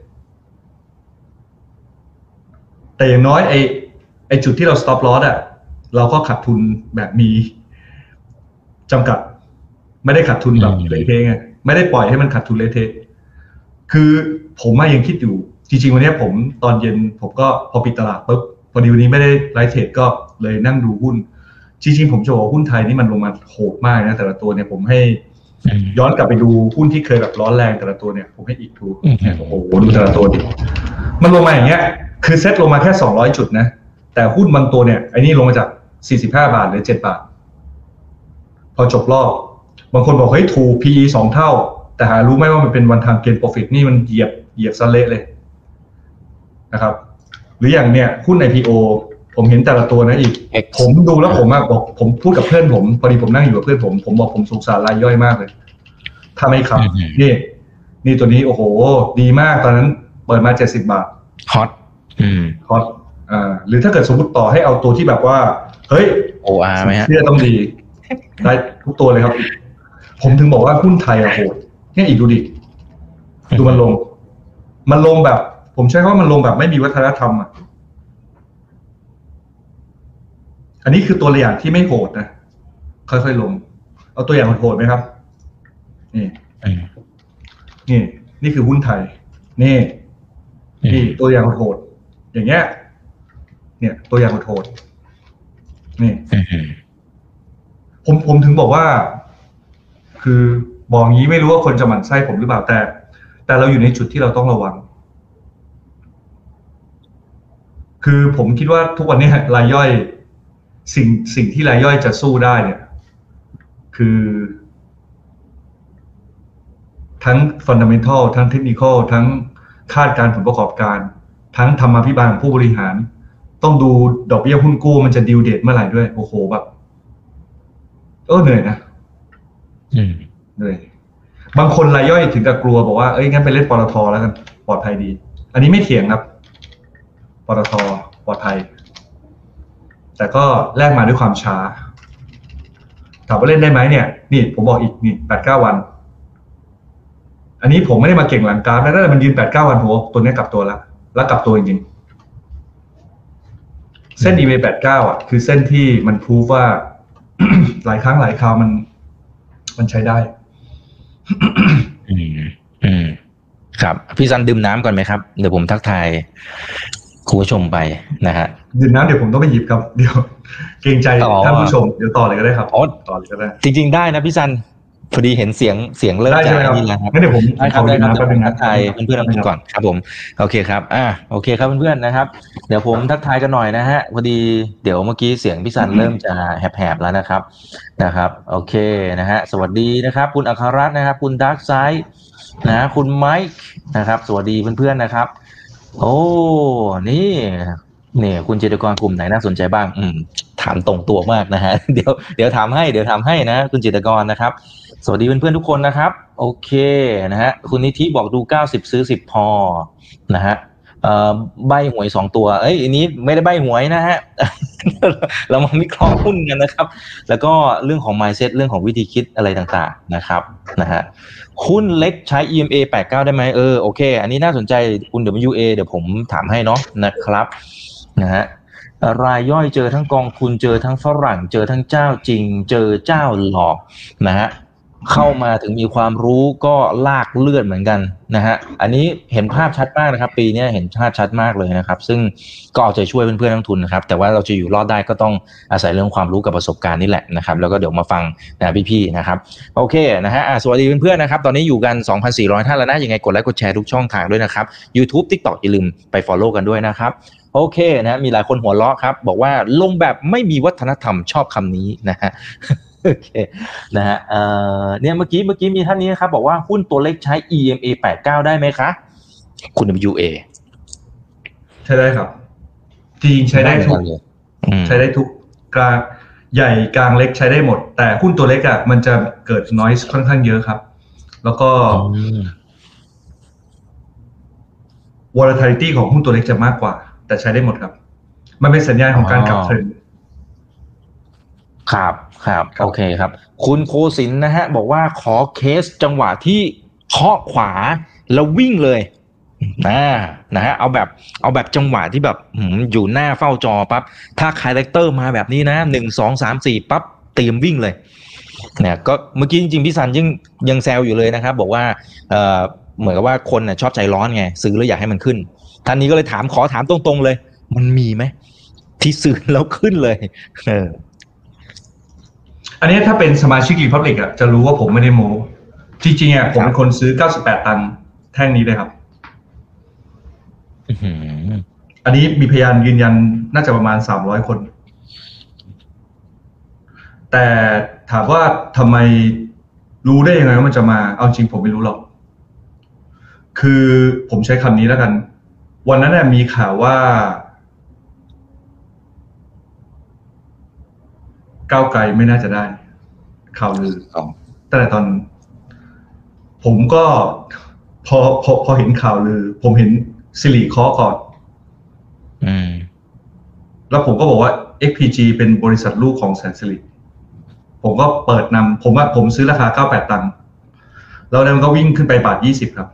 แต่อย่างน้อยไอ้ไอ้จุดที่เรา stop loss อ่ะเราก็ขาดทุนแบบมีจำกัดไม่ได้ขาดทุนแบบเละเทะไงไม่ได้ปล่อยให้มันขาดทุนเละเทะคือผมยังคิดอยู่จริงๆวันนี้ผมตอนเย็นผมก็พอปิดตลาดปุ๊บพอดีวันนี้ไม่ได้ไลฟ์เทรดก็เลยนั่งดูหุ้นจริงๆผมจะบอกหุ้นไทยนี่มันลงมาโหดมากนะแต่ละตัวเนี่ยผมให้ย้อนกลับไปดูหุ้นที่เคยแบบร้อนแรงแต่ละตัวเนี่ยผมให้อีกดูโอ้โหดูแต่ละตัวดิมันลงมาอย่างเงี้ยคือเซ็ตลงมาแค่สองร้อยจุดนะแต่หุ้นบางตัวเนี่ยไอ้นี่ลงมาจากสี่สิบห้าบาทหรือเจ็ดบาทพอจบรอบบางคนบอกเฮ้ยถูก พี อี สองเท่าแต่หารู้ไหมว่ามันเป็นวันทางเกณฑ์ profit นี่มันเหยียบเหยียบซะเละเลยนะครับหรืออย่างเนี่ยหุ้น ไอ พี โอ ผมเห็นแต่ละตัวนะอีกผมดูแล้วผมบอกผมพูดกับเพื่อนผมพอดีผมนั่งอยู่กับเพื่อนผมผมบอกผมสงสารรายย่อยมากเลยถ้าไม่ครับนี่นี่ตัวนี้โอ้โหดีมากตอนนั้นเปิดมาเจ็ดสิบบาทฮอตฮอตอ่าหรือถ้าเกิดสมมติต่อให้เอาตัวที่แบบว่าเฮ้ยโอ อาร์ มั้ยฮะเชื่อต้องดีได้ทุกตัวเลยครับผมถึงบอกว่าหุ้นไทยอะโหดเนี่ยอีกดูดิดูมันลงมันลงแบบผมใช้คำว่ามันลงแบบไม่มีวัฒนธรรมอ่ะอันนี้คือตัวอย่างที่ไม่โหดนะค่อยๆลงเอาตัวอย่างโหดไหมครับนี่นี่นี่คือหุ้นไทยนี่นี่ตัวอย่างโหดอย่างเงี้ยเนี่ยตัวอย่างโหดนี่ผมผมถึงบอกว่าคือบอกงี้ไม่รู้ว่าคนจะหมั่นไส้ผมหรือเปล่าแต่แต่เราอยู่ในจุดที่เราต้องระวังคือผมคิดว่าทุกวันนี้รายย่อยสิ่งสิ่งที่รายย่อยจะสู้ได้เนี่ยคือทั้ง fundamental ทั้ง technical ทั้งคาดการผลประกอบการทั้งธรรมาภิบาลของผู้บริหารต้องดูดอกเบี้ยหุ้นกู้มันจะดิวเดทเมื่อไหร่ด้วยโอ้โหแบบเออเหนื่อยนะเหนื่อยบางคนรายย่อยถึงกับกลัวบอกว่าเอ้ยงั้นไปเล่นปตท.แล้วกันปลอดภัยดีอันนี้ไม่เถียงครับปตท.ปลอดภัยแต่ก็แลกมาด้วยความช้าถามว่าเล่นได้ไหมเนี่ยนี่ผมบอกอีกนี่แปดเก้าวันอันนี้ผมไม่ได้มาเก่งหลังกราฟนะแต่มันยืนแปดเก้าวันโหตัวนี้กลับตัวแล้วแล้วกลับตัวจริงๆเส้น อี เอ็ม เอ แปดเก้าอ่ะคือเส้นที่มันพูฟว่า หลายครั้งหลายคราวมันมันใช้ได้อืมอืมครับพี่ซันดื่มน้ำก่อนไหมครับเดี๋ยวผมทักทายคุณผู้ชมไปนะฮะดื่มน้ำเดี๋ยวผมต้องไปหยิบครับเดี๋ยวเกรงใจท่านผู้ชมเดี๋ยวต่อเลยก็ได้ครับต่อเลยก็ได้จริงๆได้นะพี่ซันพอดีเห็นเสียงเสียงเริ่มจากนี่แล้วครับงั้นเดี๋ยวผมขอดื่มน้ำแป๊บนึงนะทักทายเพื่อนๆทุกคนก่อนครับผมโอเคครับอ่าโอเคครับเพื่อนๆนะครับเดี๋ยวผมทักทายกันหน่อยนะฮะพอดีเดี๋ยวเมื่อกี้เสียงพี่ซันเริ่มจะแหบๆแล้วนะครับนะครับโอเคนะฮะสวัสดีนะครับคุณอัครรัตน์นะครับคุณดาร์กไซด์นะคุณไมค์นะครับสวัสดีเพื่อนๆนะครับโอ้นี่เนี่ยคุณจิตรกรกลุ่มไหนน่าสนใจบ้างอืมถามตรงตัวมากนะฮะเดี๋ยวเดี๋ยวถามให้เดี๋ยวถามให้นะคุณจิตรกรนะครับสวัสดีเพื่อนๆทุกคนนะครับโอเคนะฮะคุณนิธิบอกดูเก้าสิบซื้อสิบพอนะฮะเอ่อใบหวยสองตัวเอ้ยอันนี้ไม่ได้ใบหวยนะฮะ เรามาวิเคราะห์หุ้นกันนะครับแล้วก็เรื่องของ mindset เรื่องของวิธีคิดอะไรต่างๆนะครับนะฮะหุ้นเล็กใช้ อี เอ็ม เอ แปดสิบเก้าได้ไหมเออโอเคอันนี้น่าสนใจคุณ ดับเบิลยู เอ เดี๋ยวผมถามให้เนาะนะครับนะฮะรายย่อยเจอทั้งกองทุนเจอทั้งฝรั่งเจอทั้งเจ้าจริงเจอเจ้าหลอกนะฮะเข้ามาถึงมีความรู้ก็ลากเลือดเหมือนกันนะฮะอันนี้เห็นภาพชัดมากนะครับปีนี้เห็นภาพชัดมากเลยนะครับซึ่งก็เอาใจช่วยเพื่อนๆนักทุนนะครับแต่ว่าเราจะอยู่รอดได้ก็ต้องอาศัยเรื่องความรู้กับประสบการณ์นี่แหละนะครับแล้วก็เดี๋ยวมาฟังนะพี่ๆนะครับโอเคนะฮะสวัสดีเพื่อนๆนะครับตอนนี้อยู่กัน สองพันสี่ร้อย ท่านแล้วนะยังไงกดไลค์กดแชร์ทุกช่องทางด้วยนะครับ YouTube TikTok อย่าลืมไป follow กันด้วยนะครับโอเคนะมีหลายคนหัวเราะครับบอกว่าลงแบบไม่มีวัฒนธรรมชอบคำนี้นะฮะโอเคนะฮะเอ่อเนี่ยเมื่อกี้เมื่อกี้มีท่านนี้ครับบอกว่าหุ้นตัวเล็กใช้ อี เอ็ม เอ แปดสิบเก้าได้ไหมคะคุณ ดับเบิลยู เอใช้ได้ครับจริงใช้ได้ทุกใช้ได้ทุกกลางใหญ่กลางเล็กใช้ได้หมดแต่หุ้นตัวเล็กอ่ะมันจะเกิด noise ค่อนข้างเยอะครับแล้วก็ volatility ของหุ้นตัวเล็กจะมากกว่าแต่ใช้ได้หมดครับมันเป็นสัญญาณของการกลับเทรนด์ครับครับโอเคครับคุณโคสินนะฮะบอกว่าขอเคสจังหวะที่เคาะขวาแล้ววิ่งเลยนะนะฮะเอาแบบเอาแบบจังหวะที่แบบอยู่หน้าเฝ้าจอปั๊บถ้าคาแรคเตอร์มาแบบนี้นะหนึ่ง สอง สาม สี่ปั๊บเตรียมวิ่งเลยเนี่ยก็เมื่อกี้จริงๆพี่ซันยังยังแซวอยู่เลยนะครับบอกว่าเอ่อเหมือนกับว่าคนน่ะชอบใจร้อนไงซื้อแล้วอยากให้มันขึ้นท่านนี้ก็เลยถามขอถามตรงๆเลยมันมีไหมที่ซื้อแล้วขึ้นเลยเอออันนี้ถ้าเป็นสมาชิก Republic อ่ะจะรู้ว่าผมไม่ได้โม้จริงๆอ่ะผมเป็นคนซื้อเก้าสิบแปดตังค์แท่งนี้เลยครับอันนี้มีพยานยืนยันน่าจะประมาณสามร้อยคนแต่ถามว่าทำไมรู้ได้ยังไงว่ามันจะมาเอาจริงผมไม่รู้หรอกคือผมใช้คำนี้แล้วกันวันนั้นมีข่าวว่าก้าวไกลไม่น่าจะได้ข่าวลือตั้งแต่ตอนผมก็พอพอพอเห็นข่าวลือผมเห็นสิริเคาะก่อนอืมแล้วผมก็บอกว่า เอ็กซ์ พี จี เป็นบริษัทลูกของแสนสิริผมก็เปิดนำผมว่าผมซื้อราคาเก้าสิบแปดตังค์แล้วมันก็วิ่งขึ้นไปบาทยี่สิบครับ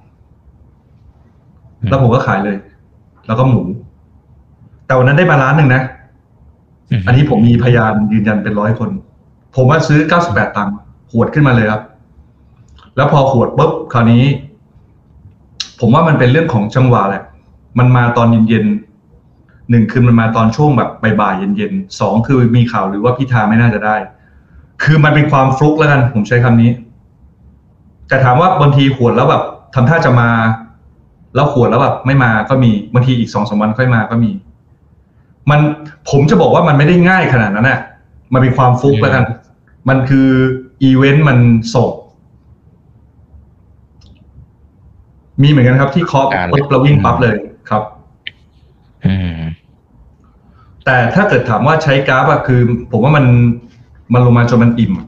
แล้วผมก็ขายเลยแล้วก็หมุนแต่วันนั้นได้มาล้านหนึ่งนะอันนี้ผมมีพยานยืนยันเป็นร้อยคนผมว่าซื้อเก้าสิบแปดตังค์หวดขึ้นมาเลยครับแล้วพอหวดปุ๊บคราวนี้ผมว่ามันเป็นเรื่องของจังหวะแหละมันมาตอนเย็นๆหนึ่งคือมันมาตอนช่วงแบบบ่ายๆเย็นๆสองคือมีข่าวหรือว่าพิธาไม่น่าจะได้คือมันเป็นความฟลุกแล้วกันผมใช้คำนี้แต่ถามว่าบางทีหวนแล้วแบบทำท่าจะมาแล้วหวนแล้วแบบไม่มาก็มีบางทีอีกสองสามวันค่อยมาก็มีมันผมจะบอกว่ามันไม่ได้ง่ายขนาดนั้นน่ะมันเป็นความฟลุกแล้วกันมันคืออีเวนต์มันส่งมีเหมือนกันครับที่เคาะปุ๊บเราวิ่งปั๊บเลยครับแต่ถ้าเกิดถามว่าใช้กราฟอะคือผมว่ามันมันลงมาจนมันอิ่ม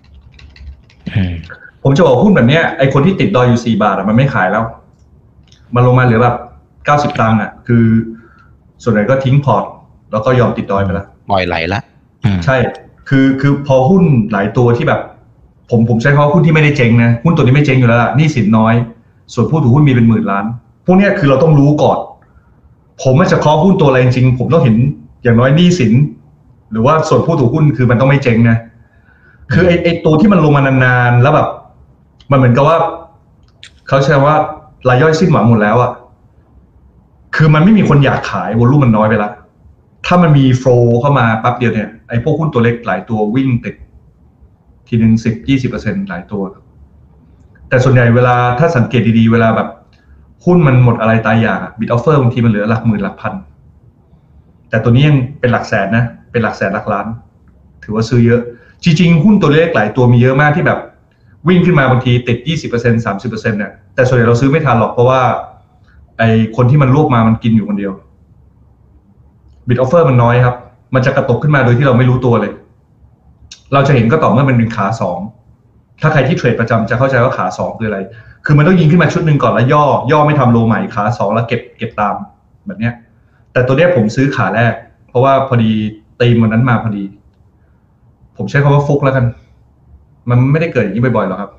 ผมจะบอกหุ้นแบบนี้ไอคนที่ติดดอยอยู่สี่บาทอะมันไม่ขายแล้วมันลงมาเหลือแบบเก้าสิบตังค์อะคือส่วนใหญ่ก็ทิ้งพอร์ตแล้วก็ยอมติดดอยไปแล้วปล่อยไหลละใช่คือคือพอหุ้นหลายตัวที่แบบผมผมใช้คำว่าหุ้นที่ไม่ได้เจ๊งนะหุ้นตัวนี้ไม่เจ๊งอยู่แล้วล่ะหนี้สินน้อยส่วนผู้ถือหุ้นมีเป็นหมื่นล้านพวกนี้คือเราต้องรู้ก่อนผมไม่จะเคาะหุ้นตัวอะไรจริงผมต้องเห็นอย่างน้อยหนี้สินหรือว่าส่วนผู้ถือหุ้นคือมันต้องไม่เจ๊งนะคือไอ้ไอ้ตัวที่มันลงมานานๆแล้วแบบมันเหมือนกับว่าเขาใช้ว่ารายย่อยสิ้นหวังหมดแล้วอ่ะคือมันไม่มีคนอยากขายวอลุ่มมันน้อยไปละถ้ามันมีโฟลว์เข้ามาปั๊บเดียวเนี่ยไอ้พวกหุ้นตัวเล็กหลายตัววิ่งติดทีนึงสิบยี่สิบเปอร์เซ็นต์หลายตัวแต่ส่วนใหญ่เวลาถ้าสังเกตดีๆเวลาแบบหุ้นมันหมดอะไรตายอยากบิดออฟเฟอร์บางทีมันเหลือหลักหมื่นหลักพันแต่ตัวนี้ยังเป็นหลักแสนนะเป็นหลักแสนหลักล้านถือว่าซื้อเยอะจริงๆหุ้นตัวเล็กหลายตัวมีเยอะมากที่แบบวิ่งขึ้นมาบางทีติด ยี่สิบเปอร์เซ็นต์ สามสิบเปอร์เซ็นต์ เนี่ยแต่ส่วนใหญ่เราซื้อไม่ทันหรอกเพราะว่าไอคนที่มันรวบมามันกินอยู่คนเดียวบิดออฟเฟอร์มันน้อยครับมันจะกระตกขึ้นมาโดยที่เราไม่รู้ตัวเลยเราจะเห็นก็ต่อเมื่อมันเป็นขาสองถ้าใครที่เทรดประจำจะเข้าใจว่าขาสองคืออะไรคือมันต้องยิงขึ้นมาชุดหนึ่งก่อนแล้วย่อย่อไม่ทำโลใหม่ขาสองแล้วเก็บเก็บตามแบบเนี้ยแต่ตัวเนี้ยผมซื้อขาแรกเพราะว่าพอดีตีมวันนั้นมาพอดีผมใช้คำว่าฟุกแล้วกันมันไม่ได้เกิดอย่างนี้บ่อยๆหรอกครับ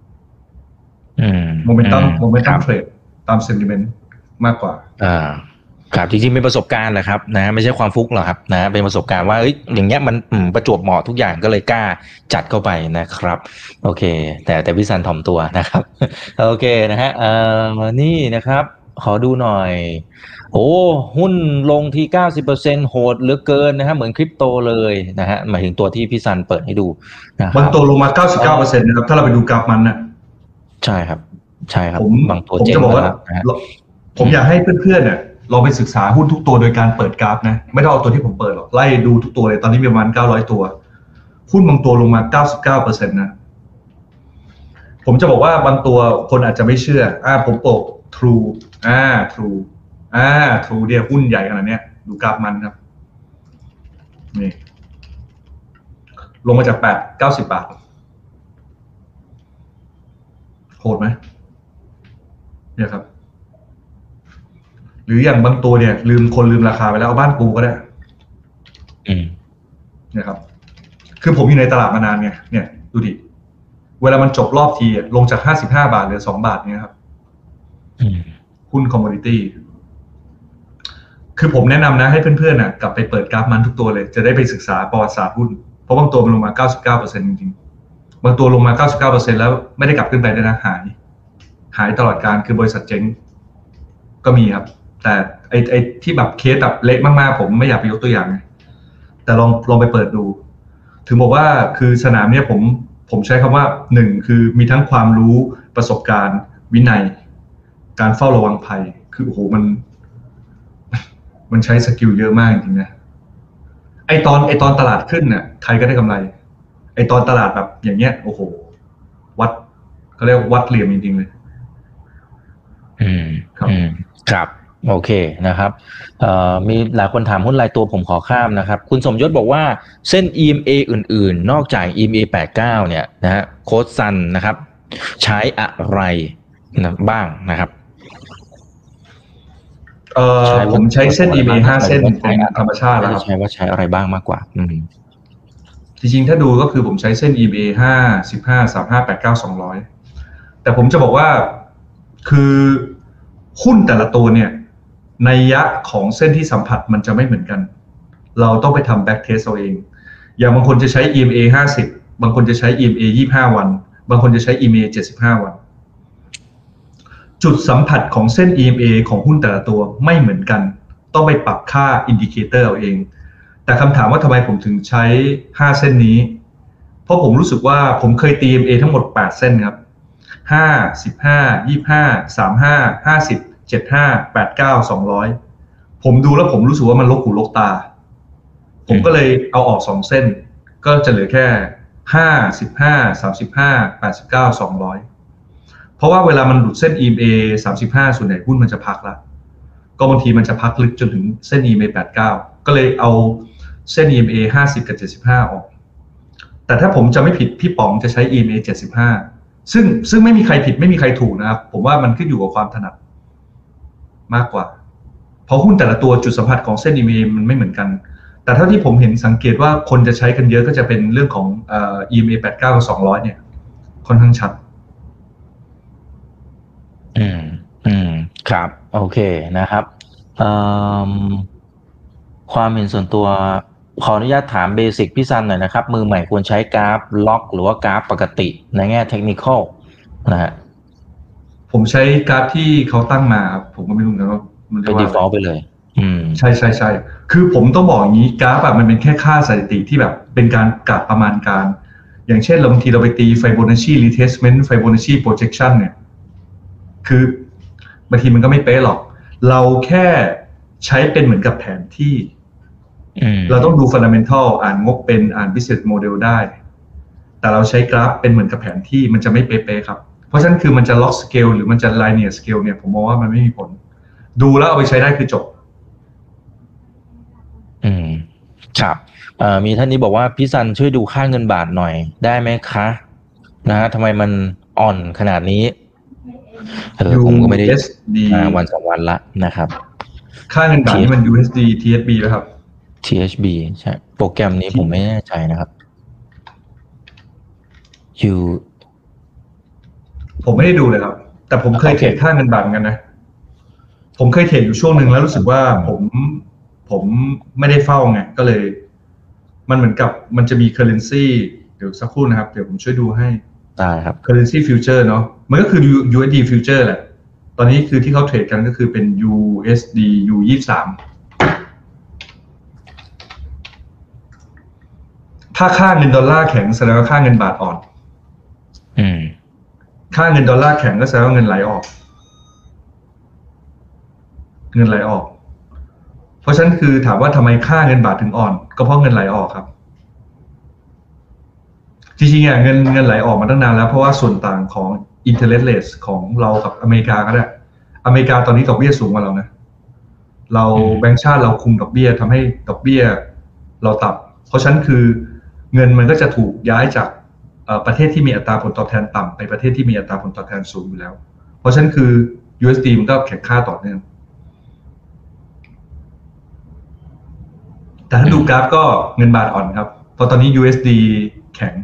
โมเมนตัมโมเมนตัมเทรดตามเซนติเมนต์มากกว่าอ่าครับจริงๆเป็นประสบการณ์แหละครับนะไม่ใช่ความฟุกหรอกครับนะเป็นประสบการณ์ว่าเอ้ยอย่างเงี้ยมันประจวบเหมาะทุกอย่างก็เลยกล้าจัดเข้าไปนะครับโอเคแต่แต่พี่ซันถ่อมตัวนะครับโอเคนะฮะเอ่อนี่นะครับขอดูหน่อยโอ้หุ้นลงที่ เก้าสิบเปอร์เซ็นต์ โหดเหลือเกินนะฮะเหมือนคริปโตเลยนะฮะหมายถึงตัวที่พี่ซันเปิดให้ดูนะครับบางตัวลงมา เก้าสิบเก้าเปอร์เซ็นต์ นะครับถ้าเราไปดูกราฟมันนะใช่ครับใช่ครับบางตัวผมจะบอกว่าผมอยากให้เพื่อนๆเนี่ยลองไปศึกษาหุ้นทุกตัวโดยการเปิดกราฟนะไม่ต้องเอาตัวที่ผมเปิดหรอกไล่ดูทุกตัวเลยตอนนี้มีประมาณเก้าร้อยตัวหุ้นบางตัวลงมา เก้าสิบเก้าเปอร์เซ็นต์ นะผมจะบอกว่าบางตัวคนอาจจะไม่เชื่ออ่าผมโปะ True อ่า True อ่า True เนี่ยหุ้นใหญ่ขนาดเนี้ยดูกราฟมันครับนี่ลงมาจากแปด เก้าสิบบาทโหดไหมเนี่ยครับหรืออย่างบางตัวเนี่ยลืมคนลืมราคาไปแล้วเอาบ้านปูก็ได้เนี่ยครับคือผมอยู่ในตลาดมานานไงเนี่ยดูดิเวลามันจบรอบทีลงจากห้าสิบห้าบาทเหลือสองบาทเนี่ยครับหุ้นคอมมูนิตี้คือผมแนะนำนะให้เพื่อนๆน่ะกลับไปเปิดกราฟมันทุกตัวเลยจะได้ไปศึกษาประวัติศาสตร์หุ้นเพราะบางตัวมันลงมา เก้าสิบเก้าเปอร์เซ็นต์ จริงๆบางตัวลงมา เก้าสิบเก้าเปอร์เซ็นต์ แล้วไม่ได้กลับขึ้นไปด้วยนะหายหายตลอดการคือบริษัทเจ๊งก็มีครับแต่ไอ้ไอ้ที่แบบเคสแบบเละมากๆผมไม่อยากไปยกตัวอย่างแต่ลองลองไปเปิดดูถึงบอกว่าคือสนามเนี้ยผมผมใช้คำว่าหนึ่งคือมีทั้งความรู้ประสบการณ์วินัยการเฝ้าระวังภัยคือโอ้โหมันมันใช้สกิลเยอะมากจริงๆนะไอตอนไอตอนตลาดขึ้นน่ะใครก็ได้กำไรไอตอนตลาดแบบอย่างเงี้ยโอ้โหวัดเขาเรียกวัดเหลี่ยมจริงๆเลยอืมครับครับโอเคนะครับเอ่อมีหลายคนถามหุ้นรายตัวผมขอข้ามนะครับคุณสมยศบอกว่าเส้น อี เอ็ม เอ อื่นๆนอกจาก อี เอ็ม เอ แปดสิบเก้าเนี่ยนะฮะโค้ชซันนะครับใช้อะไรนะบ้างนะครับเอ่อผมใช้เส้น อี เอ็ม เอ ห้าเส้นเป็นธรรมชาติแล้วครับใช้ว่าใช้อะไรบ้างมากกว่าอืมจริงๆถ้าดูก็คือผมใช้เส้น อี เอ็ม เอ ห้า สิบห้า สามสิบห้า แปดสิบเก้า สองร้อยแต่ผมจะบอกว่าคือหุ้นแต่ละตัวเนี่ยนัยยะของเส้นที่สัมผัสมันจะไม่เหมือนกันเราต้องไปทำ back test เอาเองอย่างบางคนจะใช้ อี เอ็ม เอ ห้าสิบบางคนจะใช้ อี เอ็ม เอ ยี่สิบห้าวันบางคนจะใช้ อี เอ็ม เอ เจ็ดสิบห้าวันจุดสัมผัสของเส้น อี เอ็ม เอ ของหุ้นแต่ละตัวไม่เหมือนกันต้องไปปรับค่าอินดิเคเตอร์เอาเองแต่คำถามว่าทำไมผมถึงใช้ห้าเส้นนี้เพราะผมรู้สึกว่าผมเคยตี อี เอ็ม เอ ทั้งหมดแปดเส้นครับห้า สิบห้า ยี่สิบห้า สามสิบห้า ห้าสิบ เจ็ดสิบห้า แปดสิบเก้า สองร้อยผมดูแล้วผมรู้สึกว่ามันลกหูลกตาผมก็เลยเอาออกสองเส้นก็จะเหลือแค่ห้า สิบห้า สามสิบห้า แปดสิบเก้า สองร้อยเพราะว่าเวลามันหลุดเส้น อี เอ็ม เอ สามสิบห้าส่วนใหญ่หุ้นมันจะพักละก็บางทีมันจะพักลึกจนถึงเส้น อี เอ็ม เอ แปดสิบเก้าก็เลยเอาเส้น อี เอ็ม เอ ห้าสิบกับเจ็ดสิบห้าออกแต่ถ้าผมจะไม่ผิดพี่ป๋องจะใช้ อี เอ็ม เอ เจ็ดสิบห้าซึ่งซึ่งไม่มีใครผิดไม่มีใครถูกนะครับผมว่ามันขึ้นอยู่กับความถนัดมากกว่าเพราะหุ้นแต่ละตัวจุดสัมผัสของเส้น อี เอ็ม เอ มันไม่เหมือนกันแต่เท่าที่ผมเห็นสังเกตว่าคนจะใช้กันเยอะก็จะเป็นเรื่องของเอ่อ อี เอ็ม เอ แปดสิบเก้ากับสองร้อยเนี่ยค่อนข้างชัดอืมอืมครับโอเคนะครับเอ่อความเห็นส่วนตัวขออนุญาตถามเบสิกพี่ซันหน่อยนะครับมือใหม่ควรใช้กราฟล็อกหรือว่ากราฟปกติในแง่เทคนิคอลนะฮะผมใช้กราฟที่เขาตั้งมาครับผมก็ไม่รู้นะว่ามันเป็น default ไปเลยอืมใช่ใช่ใช่คือผมต้องบอกอย่างนี้กราฟอะมันเป็นแค่ค่าสถิติที่แบบเป็นการกะประมาณการอย่างเช่นเราบางทีเราไปตี Fibonacci retracement Fibonacci projection เนี่ยคือบางทีมันก็ไม่เป๊ะหรอกเราแค่ใช้เป็นเหมือนกับแผนที่เราต้องดู fundamental อ่านงบเป็นอ่าน business model ได้แต่เราใช้กราฟเป็นเหมือนกับแผนที่มันจะไม่เป๊ะๆครับเพราะฉะนั้นคือมันจะ log scale หรือมันจะ linear scale เนี่ยผมมองว่ามันไม่มีผลดูแล้วเอาไปใช้ได้คือจบอืมครับเอ่อมีท่านนี้บอกว่าพี่ซันช่วยดูค่าเงินบาทหน่อยได้ไหมคะนะฮะทำไมมันอ่อนขนาดนี้เออผมก็ไม่ได้มาวันสองวันละนะครับค่าเงินบาทนี่มัน ยู เอส ดี ที เอช บี ป่ะครับที เอช บี ใช่โปรแกรมนี้ผมไม่แน่ใจนะครับยูผมไม่ได้ดูเลยครับแต่ผมเคยเทรดค่าเงินบาทกันนะผมเคยเทรดอยู่ช่วงหนึ่งแล้วรู้สึกว่าผมผมไม่ได้เฝ้าไงก็เลยมันเหมือนกับมันจะมี currency เดี๋ยวสักครู่นะครับเดี๋ยวผมช่วยดูให้ได้ครับ currency future เนาะมันก็คือ ยู เอส ดี future แหละตอนนี้คือที่เขาเทรดกันก็คือเป็น ยู เอส ดี ยู ยี่สิบสามถ้าค่าเงินดอลลาร์แข็งแสดงว่าค่าเงินบาทอ่อนอืมค่าเงินดอลลาร์แข็งก็แสดงว่าเงินไหลออกเงินไหลออกเพราะฉะนั้นคือถามว่าทำไมค่าเงินบาทถึงอ่อนก็เพราะเงินไหลออกครับจริงๆอ่ะเงินเงินไหลออกมาตั้งนานแล้วเพราะว่าส่วนต่างของ interest rate ของเรากับอเมริกาก็ได้อเมริกาตอนนี้ดอกเบี้ยสูงกว่าเรานะเราแบงก์ชาติเราคุมดอกเบี้ยทำให้ดอกเบี้ยเราต่ำเพราะฉะนั้นคือเงินมันก็จะถูกย้ายจากประเทศที่มีอัตราผลตอบแทนต่ำไปประเทศที่มีอัตราผลตอบแทนสูงอยู่แล้วเพราะฉะนั้นคือ ยู เอส ดี มันก็แข็งค่าต่อเนื่องแต่ถ้าดูกราฟก็เงินบาทอ่อนครับเพราะตอนนี้ ยู เอส ดี แข็ง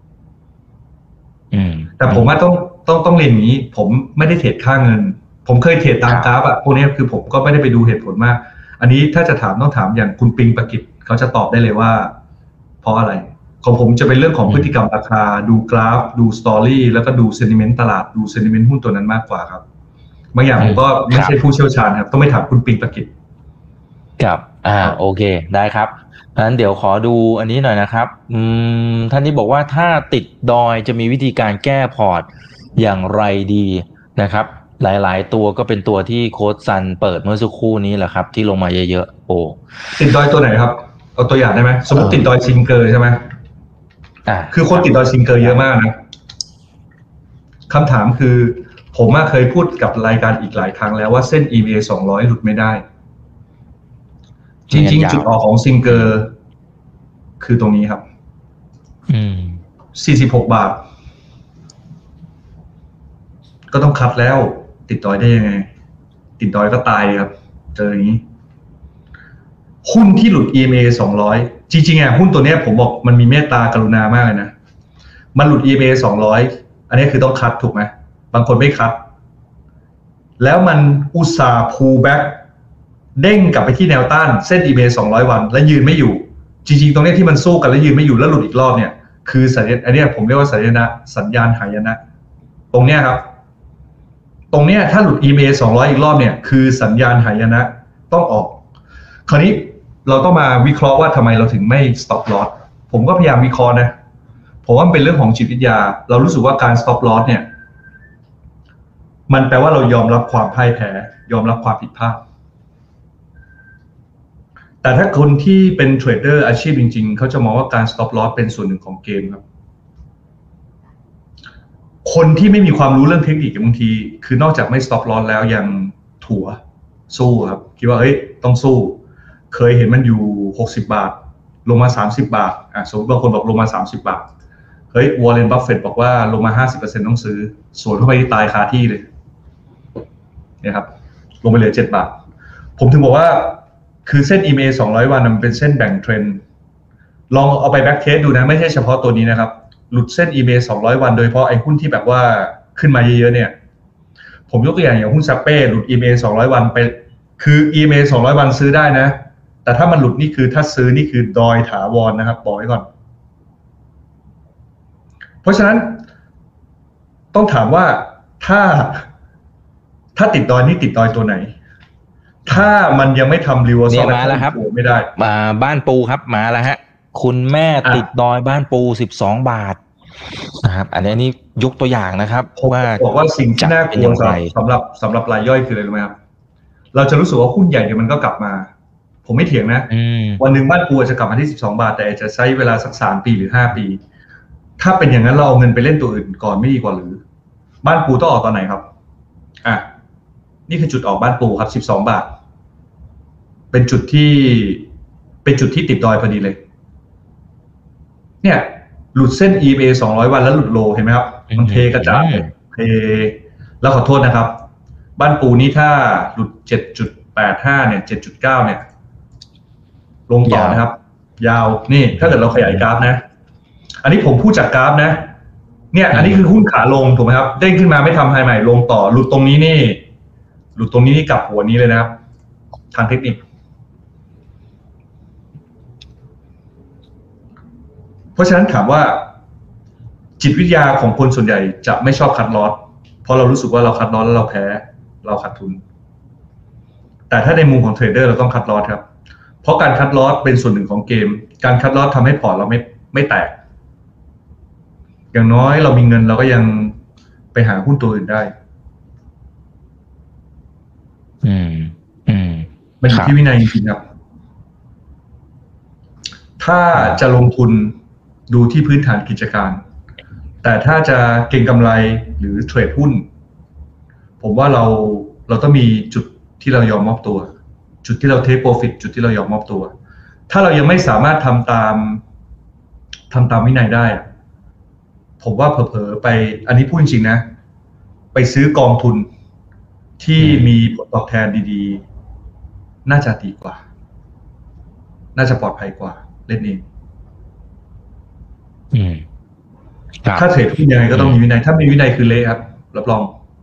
แต่ผมว่าต้องต้องต้องเรียนอย่างนี้ผมไม่ได้เทรดค่าเงินผมเคยเทรดตามกราฟอะพวกนี้คือผมก็ไม่ได้ไปดูเหตุผลมากอันนี้ถ้าจะถามต้องถามอย่างคุณปิงประกิตเขาจะตอบได้เลยว่าเพราะอะไรของผมจะเป็นเรื่องของพฤติกรรมราคาดูกราฟดูสตอรี่แล้วก็ดูเซนิเมนต์ตลาดดูเซนิเมนต์หุ้นตัวนั้นมากกว่าครับบางอย่างผมก็ไม่ใช่ผู้เชี่ยวชาญครับต้องไปถามคุณปิงประกิตครับอ่าโอเคได้ครับงั้นเดี๋ยวขอดูอันนี้หน่อยนะครับอืมท่านนี้บอกว่าถ้าติดดอยจะมีวิธีการแก้พอร์ตอย่างไรดีนะครับหลายๆตัวก็เป็นตัวที่โค้ชซันเปิดเมื่อสักครู่นี้แหละครับที่ลงมาเยอะๆโอ้ติดดอยตัวไหนครับเอาตัวอย่างได้ไหมสมมติติดดอยซิงเกอร์ใช่ไหมอ่าคือคนติดดอยซิงเกอร์เยอะมากนะคำถามคือผมเคยพูดกับรายการอีกหลายครั้งแล้วว่าเส้น อี เอ็ม เอ สองร้อยหลุดไม่ได้จริงๆจุดออกของซิงเกอร์คือตรงนี้ครับสี่สิบหกบาทก็ต้องคัดแล้วติดดอยได้ยังไงติดดอยก็ตายครับเจออย่างนี้หุ้นที่หลุด อี เอ็ม เอ สองร้อยจริงๆอ่ะหุ้นตัวนี้ผมบอกมันมีเมตตากรุณามากเลยนะมันหลุด อี เอ็ม เอ สองร้อยอันนี้คือต้องคัดถูกไหมบางคนไม่คัดแล้วมันอุตส่าห์ pull backเด้งกลับไปที่แนวต้านเส้น อี เอ็ม เอ สองร้อยวันและยืนไม่อยู่จริงๆตรงนี้ที่มันสู้กันแล้วยืนไม่อยู่แล้วหลุดอีกรอบเนี่ยคือสัญญาณอันนี้ผมเรียกว่าสัญญาณสัญญาณหายนะตรงเนี้ยครับตรงเนี้ยถ้าหลุด อี เอ็ม เอ สองร้อยอีกรอบเนี่ยคือสัญญาณหายนะต้องออกคราวนี้เราต้องมาวิเคราะห์ว่าทำไมเราถึงไม่ stop loss ผมก็พยายามวิเคราะห์นะผมว่ามันเป็นเรื่องของจิตวิทยาเรารู้สึกว่าการ stop loss เนี่ยมันแปลว่าเรายอมรับความพ่ายแพ้ยอมรับความผิดพลาดแต่ถ้าคนที่เป็นเทรดเดอร์อาชีพจริงๆเขาจะมองว่าการ stop loss เป็นส่วนหนึ่งของเกมครับคนที่ไม่มีความรู้เรื่องเทคนิคบางทีคือนอกจากไม่ stop loss แล้วยังถัวสู้ครับคิดว่าเอ้ยต้องสู้เคยเห็นมันอยู่หกสิบบาทลงมาสามสิบบาทอ่ะสมมติบางคนบอกลงมาสามสิบบาทเฮ้ยวอร์เรน บัฟเฟตต์บอกว่าลงมา ห้าสิบเปอร์เซ็นต์ ต้องซื้อสวนเข้าไปตายคาที่เลยเนี่ยครับลงไปเหลือเจ็ดบาทผมถึงบอกว่าคือเส้น อี เอ็ม เอ สองร้อยวันมันเป็นเส้นแบ่งเทรนด์ลองเอาไปแบ็กเทสดูนะไม่ใช่เฉพาะตัวนี้นะครับหลุดเส้น อี เอ็ม เอ สองร้อยวันโดยเฉพาะไอ้หุ้นที่แบบว่าขึ้นมาเยอะๆเนี่ยผมยกตัวอย่างอย่างหุ้นซัปเป้หลุด อี เอ็ม เอ สองร้อยวันไปคือ อี เอ็ม เอ สองร้อยวันซื้อได้นะแต่ถ้ามันหลุดนี่คือถ้าซื้อนี่คือดอยถาวรนะครับบอกไว้ก่อนเพราะฉะนั้นต้องถามว่าถ้าถ้าติดดอยนี่ติดดอยตัวไหนถ้ามันยังไม่ทำรีเวอร์ซัลมาแล้วครับไม่ได้มาบ้านปูครับมาแล้วฮะคุณแม่ติดดอยบ้านปูสิบสองบาทนะครับอันนี้นี่ยกตัวอย่างนะครับว่าบอกว่าสิ่งที่น่ากลัวสำหรับสำหรับรายย่อยคืออะไรรู้ไหมครับเราจะรู้สึกว่าหุ้นใหญ่เดี๋ยวมันก็กลับมาผมไม่เถียงนะวันหนึ่งบ้านปูจะกลับมาที่สิบสองบาทแต่จะใช้เวลาสักสามปีหรือห้าปีถ้าเป็นอย่างนั้นเราเอาเงินไปเล่นตัวอื่นก่อนไม่ดีกว่าหรือบ้านปูต้องออกตอนไหนครับอ่ะนี่คือจุดออกบ้านปูครับสิบสองบาทเป็นจุดที่เป็นจุดที่ติดดอยพอดีเลยเนี่ยหลุดเส้น อี เอ็ม เอ สองร้อยวันแล้วหลุดโลเห็นไหมครับมันเทกระจายเทแล้วขอโทษนะครับบ้านปูนี้ถ้าหลุด เจ็ดจุดแปดห้า เนี่ย เจ็ดจุดเก้า เนี่ยลงต่อนะครับยาวนี่ถ้าเกิดเราขยายกราฟนะอันนี้ผมพูดจากกราฟนะเนี่ยอันนี้คือหุ้นขาลงถูกไหมครับเด้งขึ้นมาไม่ทำไฮใหม่ลงต่อหลุดตรงนี้นี่หลุดตรงนี้นี่กลับหัวนี้เลยนะครับทางเทคนิคเพราะฉะนั้นถามว่าจิตวิทยาของคนส่วนใหญ่จะไม่ชอบคัทลอสเพราะเรารู้สึกว่าเราคัทลอสแล้วเราแพ้เราขาดทุนแต่ถ้าในมุมของเทรดเดอร์เราต้องคัทลอสครับเพราะการคัทลอสเป็นส่วนหนึ่งของเกมการคัทลอสทำให้พอร์ตเราไม่ไม่แตกอย่างน้อยเรามีเงินเราก็ยังไปหาหุ้นตัวอื่นได้อืมอืมมันอยู่ที่วินัยจริงๆครับถ้าจะลงทุนดูที่พื้นฐานกิจการแต่ถ้าจะเก็งกำไรหรือเทรดหุ้นผมว่าเราเราต้องมีจุดที่เรายอมมอบตัวจุดที่เราเทคโปรฟิตจุดที่เรายอมมอบตัวถ้าเรายังไม่สามารถทำตามทำตามวินัยได้ผมว่าเผลอๆไปอันนี้พูดจริงๆนะไปซื้อกองทุนที่มีผลตอบแทนดีๆน่าจะดีกว่าน่าจะปลอดภัยกว่าเล่นเองถ้าเทรดหุ้นยังไงก็ต้องมีวินัยถ้ามีวินัยคือเละครับรับรอง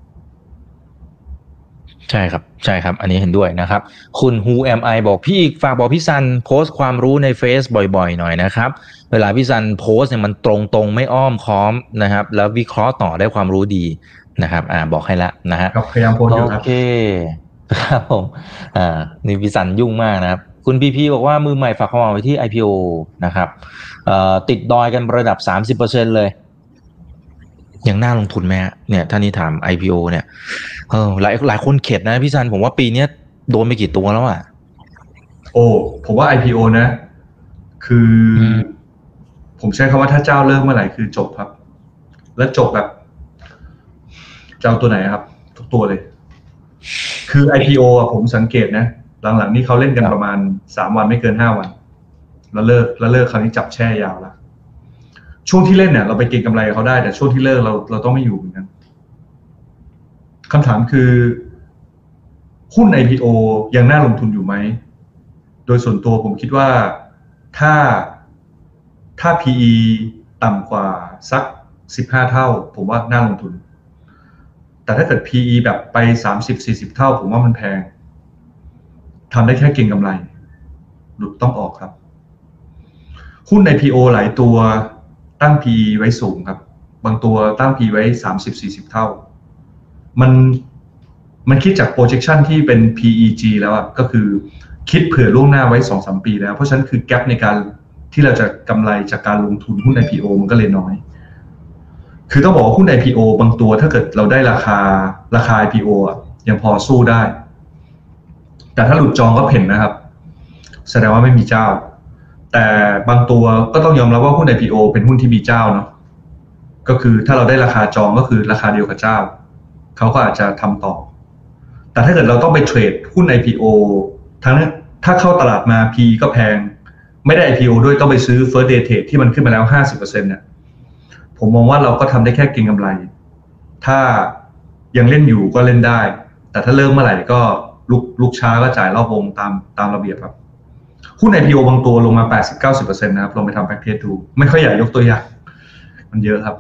ใช่ครับใช่ครับอันนี้เห็นด้วยนะครับคุณ Who am I บอกพี่ฝากบอกพี่ซันโพสต์ความรู้ในเฟซบ่อยๆหน่อยนะครับเวลาพี่ซันโพสต์เนี่ยมันตรงๆไม่อ้อมค้อมนะครับแล้ววิเคราะห์ต่อได้ความรู้ดีนะครับอ่าบอกให้ละนะฮะพยายามโพสต์อยู่ครับโอเคครับผมอ่านี่พี่ซันยุ่งมากนะครับคุณพีพีบอกว่ามือใหม่ฝากความหวังไว้ที่ ไอ พี โอ นะครับเอ่อติดดอยกันระดับ สามสิบเปอร์เซ็นต์ เลยยังน่าลงทุนไหมฮะเนี่ยท่านนี้ถาม ไอ พี โอ เนี่ยเออหลายหลายคนเข็ดนะพี่ซันผมว่าปีนี้โดนไปกี่ตัวแล้วอ่ะโอ้ผมว่า ไอ พี โอ นะคือผมใช้คำว่าถ้าเจ้าเลิกเมื่อไหร่คือจบครับและจบแบบเจ้าตัวไหนครับทุกตัวเลยคือ ไอ พี โอ อ่ะผมสังเกตนะหลังๆนี่เขาเล่นกันประมาณสามวันไม่เกินห้าวันแล้วเลิกแล้วเลิกคราวนี้จับแช่ยาวแล้วช่วงที่เล่นเนี่ยเราไปเก็งกำไรเขาได้แต่ช่วงที่เลิกเราเราต้องไม่อยู่เหมือนกันคำถามคือหุ้น ไอ พี โอ ยังน่าลงทุนอยู่ไหมโดยส่วนตัวผมคิดว่าถ้าถ้า พี อี ต่ำกว่าสักสิบห้าเท่าผมว่าน่าลงทุนแต่ถ้าเกิด พี อี แบบไป สามสิบ สี่สิบ เท่าผมว่ามันแพงทำได้แค่เก็งกำไรหลุดต้องออกครับหุ้น ไอ พี โอ หลายตัวตั้ง พี อี ไว้สูงครับบางตัวตั้ง พี อี ไว้ สามสิบ สี่สิบ เท่ามันมันคิดจาก projection ที่เป็น พี อี จี แล้วอะก็คือคิดเผื่อล่วงหน้าไว้ สองถึงสาม ปีแล้วเพราะฉะนั้นคือ gap ในการที่เราจะกำไรจากการลงทุนหุ้น ไอ พี โอ มันก็เลยน้อยคือต้องบอกว่าหุ้น ไอ พี โอ บางตัวถ้าเกิดเราได้ราคาราคา ไอ พี โอ อ่ะยังพอสู้ได้แต่ถ้าหลุดจองก็เพ่นนะครับแสดงว่าไม่มีเจ้าแต่บางตัวก็ต้องยอมรับว่าหุ้น ไอ พี โอ เป็นหุ้นที่มีเจ้าเนาะก็คือถ้าเราได้ราคาจองก็คือราคาเดียวกับเจ้าเขาก็อาจจะทำต่อแต่ถ้าเกิดเราต้องไปเทรดหุ้น ไอ พี โอ ทั้งถ้าเข้าตลาดมา P ก็แพงไม่ได้ ไอ พี โอ ด้วยต้องไปซื้อ First Day Trade ที่มันขึ้นมาแล้ว ห้าสิบเปอร์เซ็นต์ เนี่ยผมมองว่าเราก็ทำได้แค่เก็งกำไรถ้ายังเล่นอยู่ก็เล่นได้แต่ถ้าเริ่มเมื่อไหร่ก็ลุกลุกช้าก็จ่ายรอบวงตามตามระเบียบครับหุ้น ไอ พี โอ บางตัวลงมา แปดสิบถึงเก้าสิบเปอร์เซ็นต์ นะครับลองไปทำแบ็คเทสดูไม่ค่อยอยากยกตัวอย่างมันเยอะครับ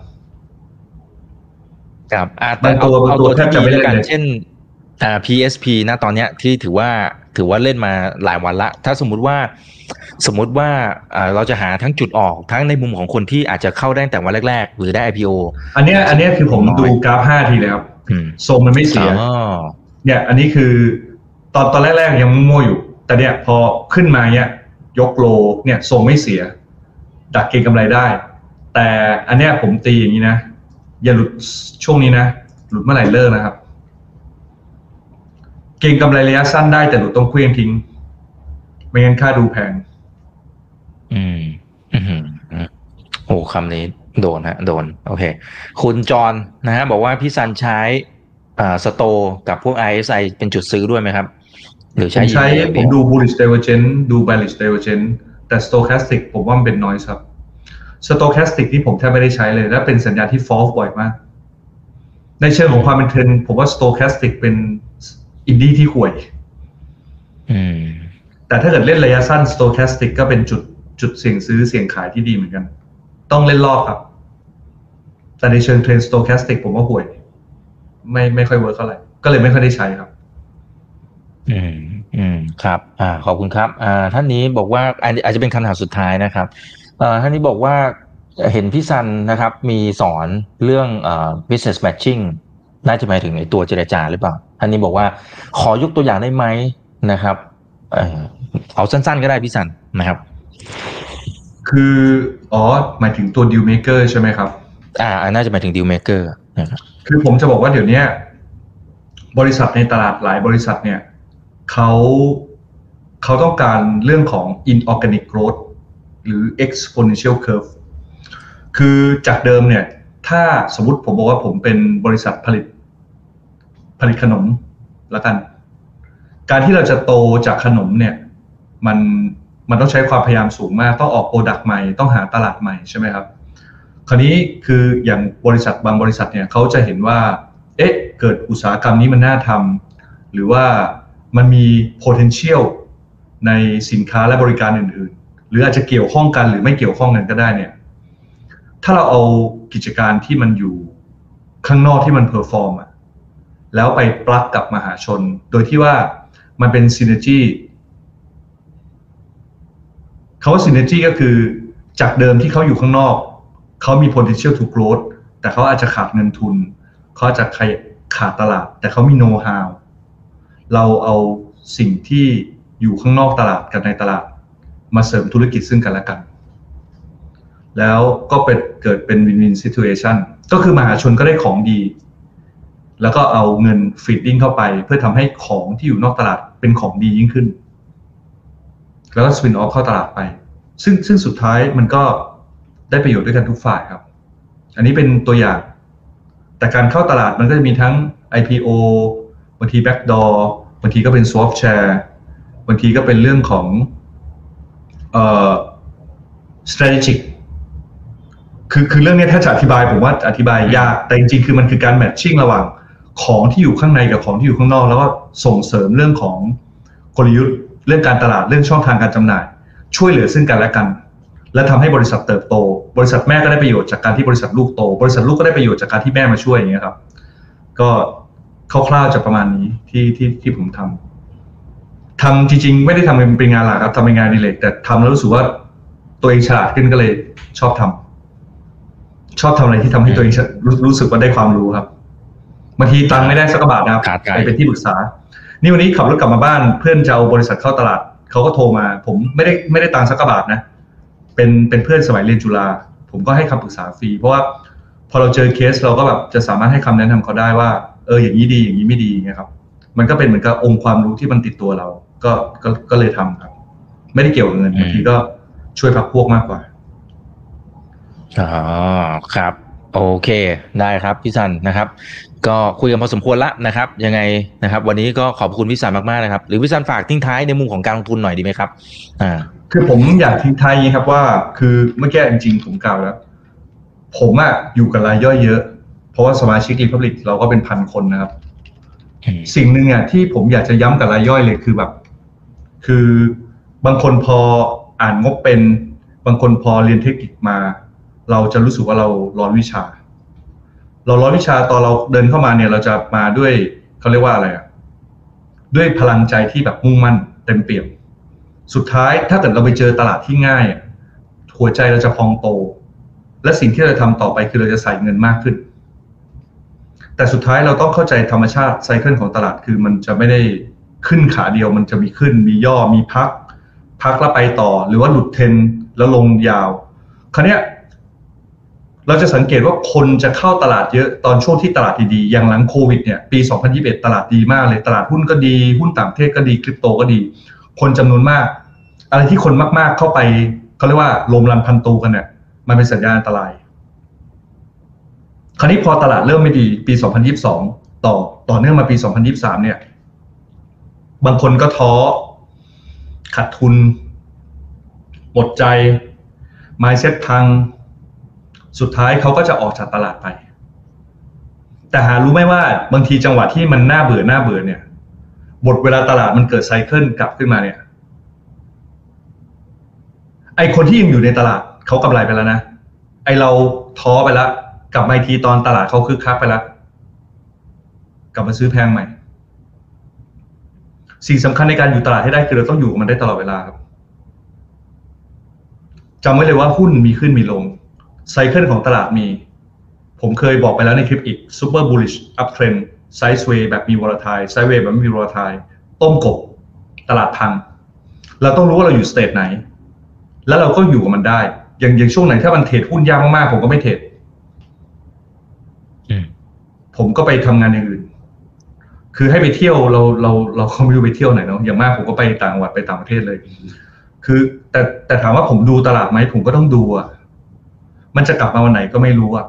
ครับบางตัวบางตัวแทบจะไม่เล่นเลยเช่นอ่า พี เอส พี นะตอนเนี้ยที่ถือว่าถือว่าเล่นมาหลายวันละถ้าสมมุติว่าสมมุติว่าเราจะหาทั้งจุดออกทั้งในมุมของคนที่อาจจะเข้าได้แต่วันแรกๆหรือได้ ไอ พี โออันเนี้ยอันเนี้ยคือผมดูกราฟห้าทีเลยครับทรงมันไม่เสียเนี่ยอันนี้คือตอนตอนแรกๆยังมั่วอยู่แต่เนี่ยพอขึ้นมาเนี่ยยกโลเนี่ยทรงไม่เสียดักเก็งกำไรได้แต่อันเนี้ยผมตีอย่างนี้นะอย่าหลุดช่วงนี้นะหลุดเมื่อไหร่เลิกนะครับเก็งกำไรระยะสั้นได้แต่หลุดต้องเคลื่อนทิ้งไม่งั้นค่าดูแพงอืมอืมโอ้คำนี้โดนฮะโดนโอเคคุณจรนะฮะบอกว่าพี่ซันใช้อ่าสโตกับพวก ไอ เอส ไอ เป็นจุดซื้อด้วยไหมครับหรือใช้ผมใช้ผมดู bullish divergence ดู bearish divergence แต่ stochastic ผมว่ามันเป็น noise ครับ stochastic ที่ผมแทบไม่ได้ใช้เลยและเป็นสัญญาณที่ false บ่อยมากในเชิงของความเป็นเทรนด์ผมว่า stochastic เป็นอินดี้ที่ห่วยอืมแต่ถ้าเกิดเล่นระยะสั้น stochastic ก็เป็นจุดจุดเสี่ยงซื้อเสี่ยงขายที่ดีเหมือนกันต้องเล่นรอบครับแต่ในเชิงเทรนด์ stochastic ผมว่าห่วยไม่ไม่ค่อยเวิร์คเท่าไหร่ก็เลยไม่ค่อยได้ใช้ครับอืมอืมครับอ่าขอบคุณครับอ่าท่านนี้บอกว่าอาจจะเป็นคำถามสุดท้ายนะครับอ่าท่านนี้บอกว่าเห็นพี่ซันนะครับมีสอนเรื่องอ่า business matching น่าจะหมายถึงในตัวเจรจาหรือเปล่าท่านนี้บอกว่าขอยกตัวอย่างได้ไหมนะครับเอ่อเอาสั้นๆก็ได้พี่ซันนะครับคืออ๋อหมายถึงตัว deal maker ใช่ไหมครับอ่าน่าจะหมายถึง deal maker นะครับคือผมจะบอกว่าเดี๋ยวนี้บริษัทในตลาดหลายบริษัทเนี่ยเขาเขาต้องการเรื่องของ inorganic growth หรือ exponential curve คือจากเดิมเนี่ยถ้าสมมุติผมบอกว่าผมเป็นบริษัทผลิตผลิตขนมแล้วกันการที่เราจะโตจากขนมเนี่ยมันมันต้องใช้ความพยายามสูงมากต้องออกโปรดักต์ใหม่ต้องหาตลาดใหม่ใช่ไหมครับคราวนี้คืออย่างบริษัทบางบริษัทเนี่ยเขาจะเห็นว่าเอ๊ะเกิดอุตสาหกรรมนี้มันน่าทำหรือว่ามันมี potential ในสินค้าและบริการอื่นๆหรืออาจจะเกี่ยวข้องกันหรือไม่เกี่ยวข้องกันก็ได้เนี่ยถ้าเราเอากิจการที่มันอยู่ข้างนอกที่มันเพอร์ฟอร์มอ่ะแล้วไปปลั๊กกับมหาชนโดยที่ว่ามันเป็น synergy คำว่า synergy ก็คือจากเดิมที่เขาอยู่ข้างนอกเขามี potential to growth แต่เขาอาจจะขาดเงินทุนเขาอาจจะขาดตลาดแต่เขามี know how เราเอาสิ่งที่อยู่ข้างนอกตลาดกับในตลาดมาเสริมธุรกิจซึ่งกันและกันแล้วก็เป็นเกิดเป็น win-win situation ก็คือมหาชนก็ได้ของดีแล้วก็เอาเงิน feeding เข้าไปเพื่อทำให้ของที่อยู่นอกตลาดเป็นของดียิ่งขึ้นแล้วก็ spin off เข้าตลาดไปซึ่งซึ่งสุดท้ายมันก็ได้ประโยชน์ด้วยกันทุกฝ่ายครับอันนี้เป็นตัวอย่างแต่การเข้าตลาดมันก็จะมีทั้ง ไอ พี โอ บางที backdoor บางทีก็เป็น swap share บางทีก็เป็นเรื่องของเอ่อ strategic คือคือเรื่องนี้ถ้าจะอธิบายผมว่าอธิบายยากแต่จริงๆคือมันคือการ matching ระหว่างของที่อยู่ข้างในกับของที่อยู่ข้างนอกแล้วก็ส่งเสริมเรื่องของกลยุทธ์เรื่องการตลาดเรื่องช่องทางการจำหน่ายช่วยเหลือซึ่งกันและกันและทำให้บริษัทเติบโตบริษัทแม่ก็ได้ประโยชน์จากการที่บริษัทลูกโตบริษัทลูกก็ได้ประโยชน์จากการที่แม่มาช่วยอย่างเงี้ยครับก็คร่าวๆจะประมาณนี้ที่ที่ที่ผมทำทำจริงๆไม่ได้ทำเป็นงานหลักครับทำเป็นงานนี่เลยแต่ทำแล้วรู้สึกว่าตัวเองฉลาดขึ้นก็เลยชอบทำชอบทำอะไรที่ทำให้ตัวเองรู้รู้สึกว่าได้ความรู้ครับบางทีตังค์ไม่ได้สักบาทนะครับไปเป็นที่ปรึกษานี่วันนี้ขับรถกลับมาบ้านเพื่อนจะเอาบริษัทเข้าตลาดเขาก็โทรมาผมไม่ได้ไม่ได้ตังค์สักบาทนะเป็นเป็นเพื่อนสมัยเรียนจุฬาผมก็ให้คำปรึกษาฟรีเพราะว่าพอเราเจอเคสเราก็แบบจะสามารถให้คำแนะนำเขาได้ว่าเอออย่างนี้ดีอย่างนี้ไม่ดีนะครับมันก็เป็นเหมือนกับองค์ความรู้ที่มันติดตัวเราก็ก็ก็เลยทำครับไม่ได้เกี่ยวกับเงินบางทีก็ช่วยพรรคพวกมากกว่าอ๋อครับโอเคได้ครับพี่สันนะครับก็คุยกันพอสมควรละนะครับยังไงนะครับวันนี้ก็ขอบคุณพี่สันมากๆนะครับหรือพี่สันฝากทิ้งท้ายในมุมของการลงทุนหน่อยดีไหมครับอ่าคือผมอยากทิ้งท้ายครับว่าคือเมื่อกี้จริงๆผมกล่าวแล้วผมอะอยู่กับรายย่อยเยอะเพราะว่าสมาชิก Republic เราก็เป็นพันคนนะครับสิ่งหนึ่งอะที่ผมอยากจะย้ำกับรายย่อยเลยคือแบบคือบางคนพออ่านงบเป็นบางคนพอเรียนเทคนิคมาเราจะรู้สึกว่าเราร้อนวิชาเราร้อนวิชาตอนเราเดินเข้ามาเนี่ยเราจะมาด้วยเขาเรียกว่าอะไรอะด้วยพลังใจที่แบบมุ่งมั่นเต็มเปี่ยมสุดท้ายถ้าเกิดเราไปเจอตลาดที่ง่ายหัวใจเราจะพองโตและสิ่งที่เราทำต่อไปคือเราจะใส่เงินมากขึ้นแต่สุดท้ายเราต้องเข้าใจธรรมชาติไซเคิลของตลาดคือมันจะไม่ได้ขึ้นขาเดียวมันจะมีขึ้นมีย่อมีพักพักแล้วไปต่อหรือว่าหลุดเทรนแล้วลงยาวคราวเนี้ยเราจะสังเกตว่าคนจะเข้าตลาดเยอะตอนช่วงที่ตลาดดีๆอย่างหลังโควิดเนี่ยปีสองพันยี่สิบเอ็ดตลาดดีมากเลยตลาดหุ้นก็ดีหุ้นต่างประเทศก็ดีคริปโตก็ดีคนจำนวนมากอะไรที่คนมากๆเข้าไปเขาเรียกว่าลมรันพันตูกันเนี่ยมันเป็นสัญญาณอันตรายคราวนี้พอตลาดเริ่มไม่ดีปีสองพันยี่สิบสองต่อต่อเนื่องมาปีสองพันยี่สิบสามเนี่ยบางคนก็ท้อขาดทุนหมดใจ mindset พังสุดท้ายเขาก็จะออกจากตลาดไปแต่หารู้ไหมว่าบางทีจังหวะที่มันน่าเบื่อน่าเบื่อเนี่ยบทเวลาตลาดมันเกิดไซเคิลกลับขึ้นมาเนี่ยไอคนที่ยังอยู่ในตลาดเขากำไรไปแล้วนะไอเราท้อไปแล้วกลับมาทีตอนตลาดเขาคึกคักไปแล้วกลับมาซื้อแพงใหม่สิ่งสำคัญในการอยู่ตลาดให้ได้คือเราต้องอยู่กับมันได้ตลอดเวลาครับจำไว้เลยว่าหุ้นมีขึ้นมีลงไซเคิลของตลาดมีผมเคยบอกไปแล้วในคลิปอีก Super Bullish Uptrend Sideways แบบมี Volatile Sideways แบบไม่มี Volatile ต้มกบตลาดพังเราต้องรู้ว่าเราอยู่สเตจไหนแล้วเราก็อยู่กับมันได้อย่างอย่างช่วงไหนถ้ามันเทรดหุ้นยากมากๆผมก็ไม่เทรดผมก็ไปทำงานอย่างอื่นคือให้ไปเที่ยวเราเราเราเขาไม่รู้ไปเที่ยวไหนเนาะอย่างมากผมก็ไปต่างจังหวัดไปต่างประเทศเลยคือแต่แต่ถามว่าผมดูตลาดไหมผมก็ต้องดูอ่ะมันจะกลับมาวันไหนก็ไม่รู้อ่ะ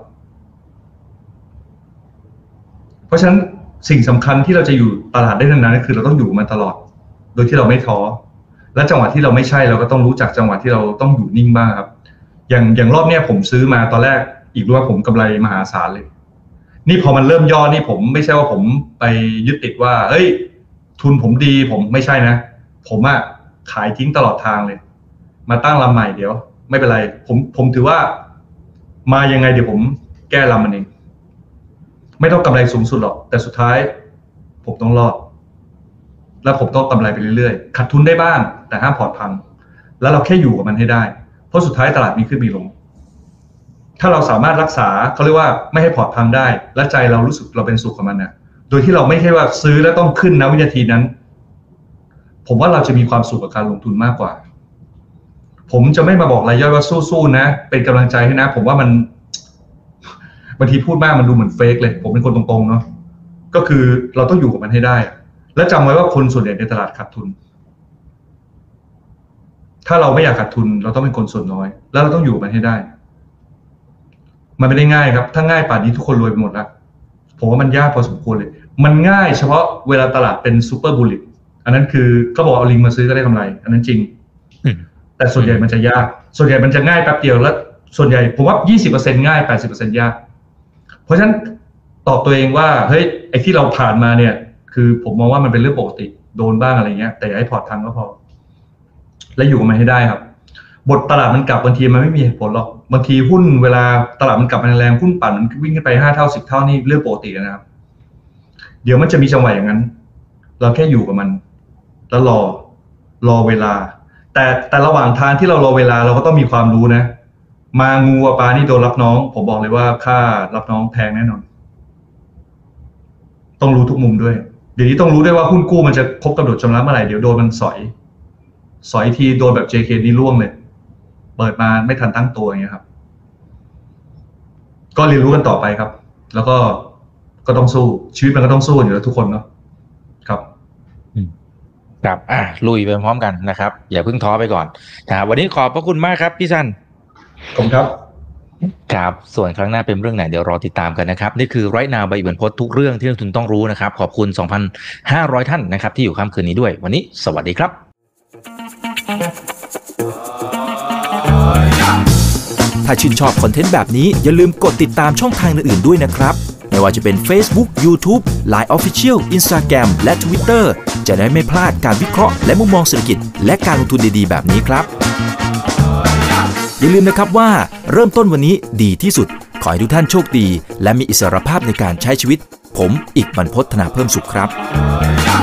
เพราะฉะนั้นสิ่งสำคัญที่เราจะอยู่ตลาดได้นานๆก็คือเราต้องอยู่มันตลอดโดยที่เราไม่ท้อและจังหวะที่เราไม่ใช่เราก็ต้องรู้จักจังหวะที่เราต้องอยู่นิ่งบ้างครับอย่างอย่างรอบเนี้ยผมซื้อมาตอนแรกอีกรู้ว่าผมกำไรมหาศาลเลยนี่พอมันเริ่มย่อนี่ผมไม่ใช่ว่าผมไปยึดติดว่าเฮ้ยทุนผมดีผมไม่ใช่นะผมอะขายทิ้งตลอดทางเลยมาตั้งลำใหม่เดี๋ยวไม่เป็นไรผมผมถือว่ามายังไงเดี๋ยวผมแก้ลำมันเองไม่ต้องกำไรสูงสุดหรอกแต่สุดท้ายผมต้องรอดแล้วผมต้องกำไรไปเรื่อยๆขาดทุนได้บ้างแต่ห้ามพอร์ตพังแล้วเราแค่อยู่กับมันให้ได้เพราะสุดท้ายตลาดมีขึ้นมีลงถ้าเราสามารถรักษาเขาเรียกว่าไม่ให้พอร์ตพังได้และใจเรารู้สึกเราเป็นสุขกับมันนะโดยที่เราไม่ใช่ว่าซื้อแล้วต้องขึ้นณวินาทีนั้นผมว่าเราจะมีความสุขกับการลงทุนมากกว่าผมจะไม่มาบอกรายย่อยว่าสู้ๆนะเป็นกำลังใจให้นะผมว่ามันบางทีพูดมากมันดูเหมือนเฟกเลยผมเป็นคนตรงๆเนาะก็คือเราต้องอยู่กับมันให้ได้และจำไว้ว่าคนส่วนใหญ่ในตลาดขาดทุนถ้าเราไม่อยากขาดทุนเราต้องเป็นคนส่วนน้อยแล้วเราต้องอยู่กับมันให้ได้มันไม่ได้ง่ายครับถ้าง่ายป่านนี้ทุกคนรวยไปหมดแล้วผมว่ามันยากพอสมควรเลยมันง่ายเฉพาะเวลาตลาดเป็นซูเปอร์บูลลิชอันนั้นคือก็บอกเอาลิงมาซื้อก็ได้กำไรอันนั้นจริงแต่ส่วนใหญ่มันจะยากส่วนใหญ่มันจะง่ายแป๊บเดียวแล้วส่วนใหญ่ผมว่า ยี่สิบเปอร์เซ็นต์ ง่าย แปดสิบเปอร์เซ็นต์ ยากเพราะฉะนั้นตอบตัวเองว่าเฮ้ยไอ้ที่เราผ่านมาเนี่ยคือผมมองว่ามันเป็นเรื่องปกติโดนบ้างอะไรเงี้ยแต่อย่าให้พอร์ตพังก็พอและอยู่กับมันให้ได้ครับบทตลาดมันกลับบางทีมันไม่มีเหตุผลหรอกบางทีหุ้นเวลาตลาดมันกลับมาแรงหุ้นปั่นมันวิ่งขึ้นไปห้าเท่าสิบเท่านี่เรื่องปกตินะครับเดี๋ยวมันจะมีจังหวะอย่างนั้นเราแค่อยู่กับมันแล้วรอรอเวลาแต่แต่ระหว่างทางที่เรารอเวลาเราก็ต้องมีความรู้นะมางูปลานี่โดนรับน้องผมบอกเลยว่าค่ารับน้องแพงแน่นอนต้องรู้ทุกมุมด้วยเดี๋ยวนี้ต้องรู้ด้วยว่าหุ้นกู้มันจะครบกำหนดชำระเมื่อไหร่เดี๋ยวโดนมันสอยสอยทีโดนแบบ เจ เค นี่ร่วงเลยเปิดมาไม่ทันตั้งตัวอย่างเงี้ยครับก็เรียนรู้กันต่อไปครับแล้วก็ก็ต้องสู้ชีวิตมันก็ต้องสู้อยู่แล้วทุกคนเนาะครับครับอ่ะลุยไปพร้อมกันนะครับอย่าเพิ่งท้อไปก่อนนะครับวันนี้ขอบพระคุณมากครับพี่ซันขอบคุณครับครับส่วนครั้งหน้าเป็นเรื่องไหนเดี๋ยวรอติดตามกันนะครับนี่คือ Right Now ใบอิบันพจน์ทุกเรื่องที่นักทุนต้องรู้นะครับขอบคุณ สองพันห้าร้อย ท่านนะครับที่อยู่ค่ำคืนนี้ด้วยวันนี้สวัสดีครับถ้าชื่นชอบคอนเทนต์แบบนี้อย่าลืมกดติดตามช่องทางอื่นๆด้วยนะครับไม่ว่าจะเป็น Facebook, YouTube, ไลน์ Official, Instagram และ Twitter จะได้ไม่พลาดการวิเคราะห์และมุมมองเศรษฐกิจและการลงทุนดีๆแบบนี้ครับอย่าลืมนะครับว่าเริ่มต้นวันนี้ดีที่สุดขอให้ทุกท่านโชคดีและมีอิสรภาพในการใช้ชีวิตผมอีกบรรพต ธนาเพิ่มสุขครับ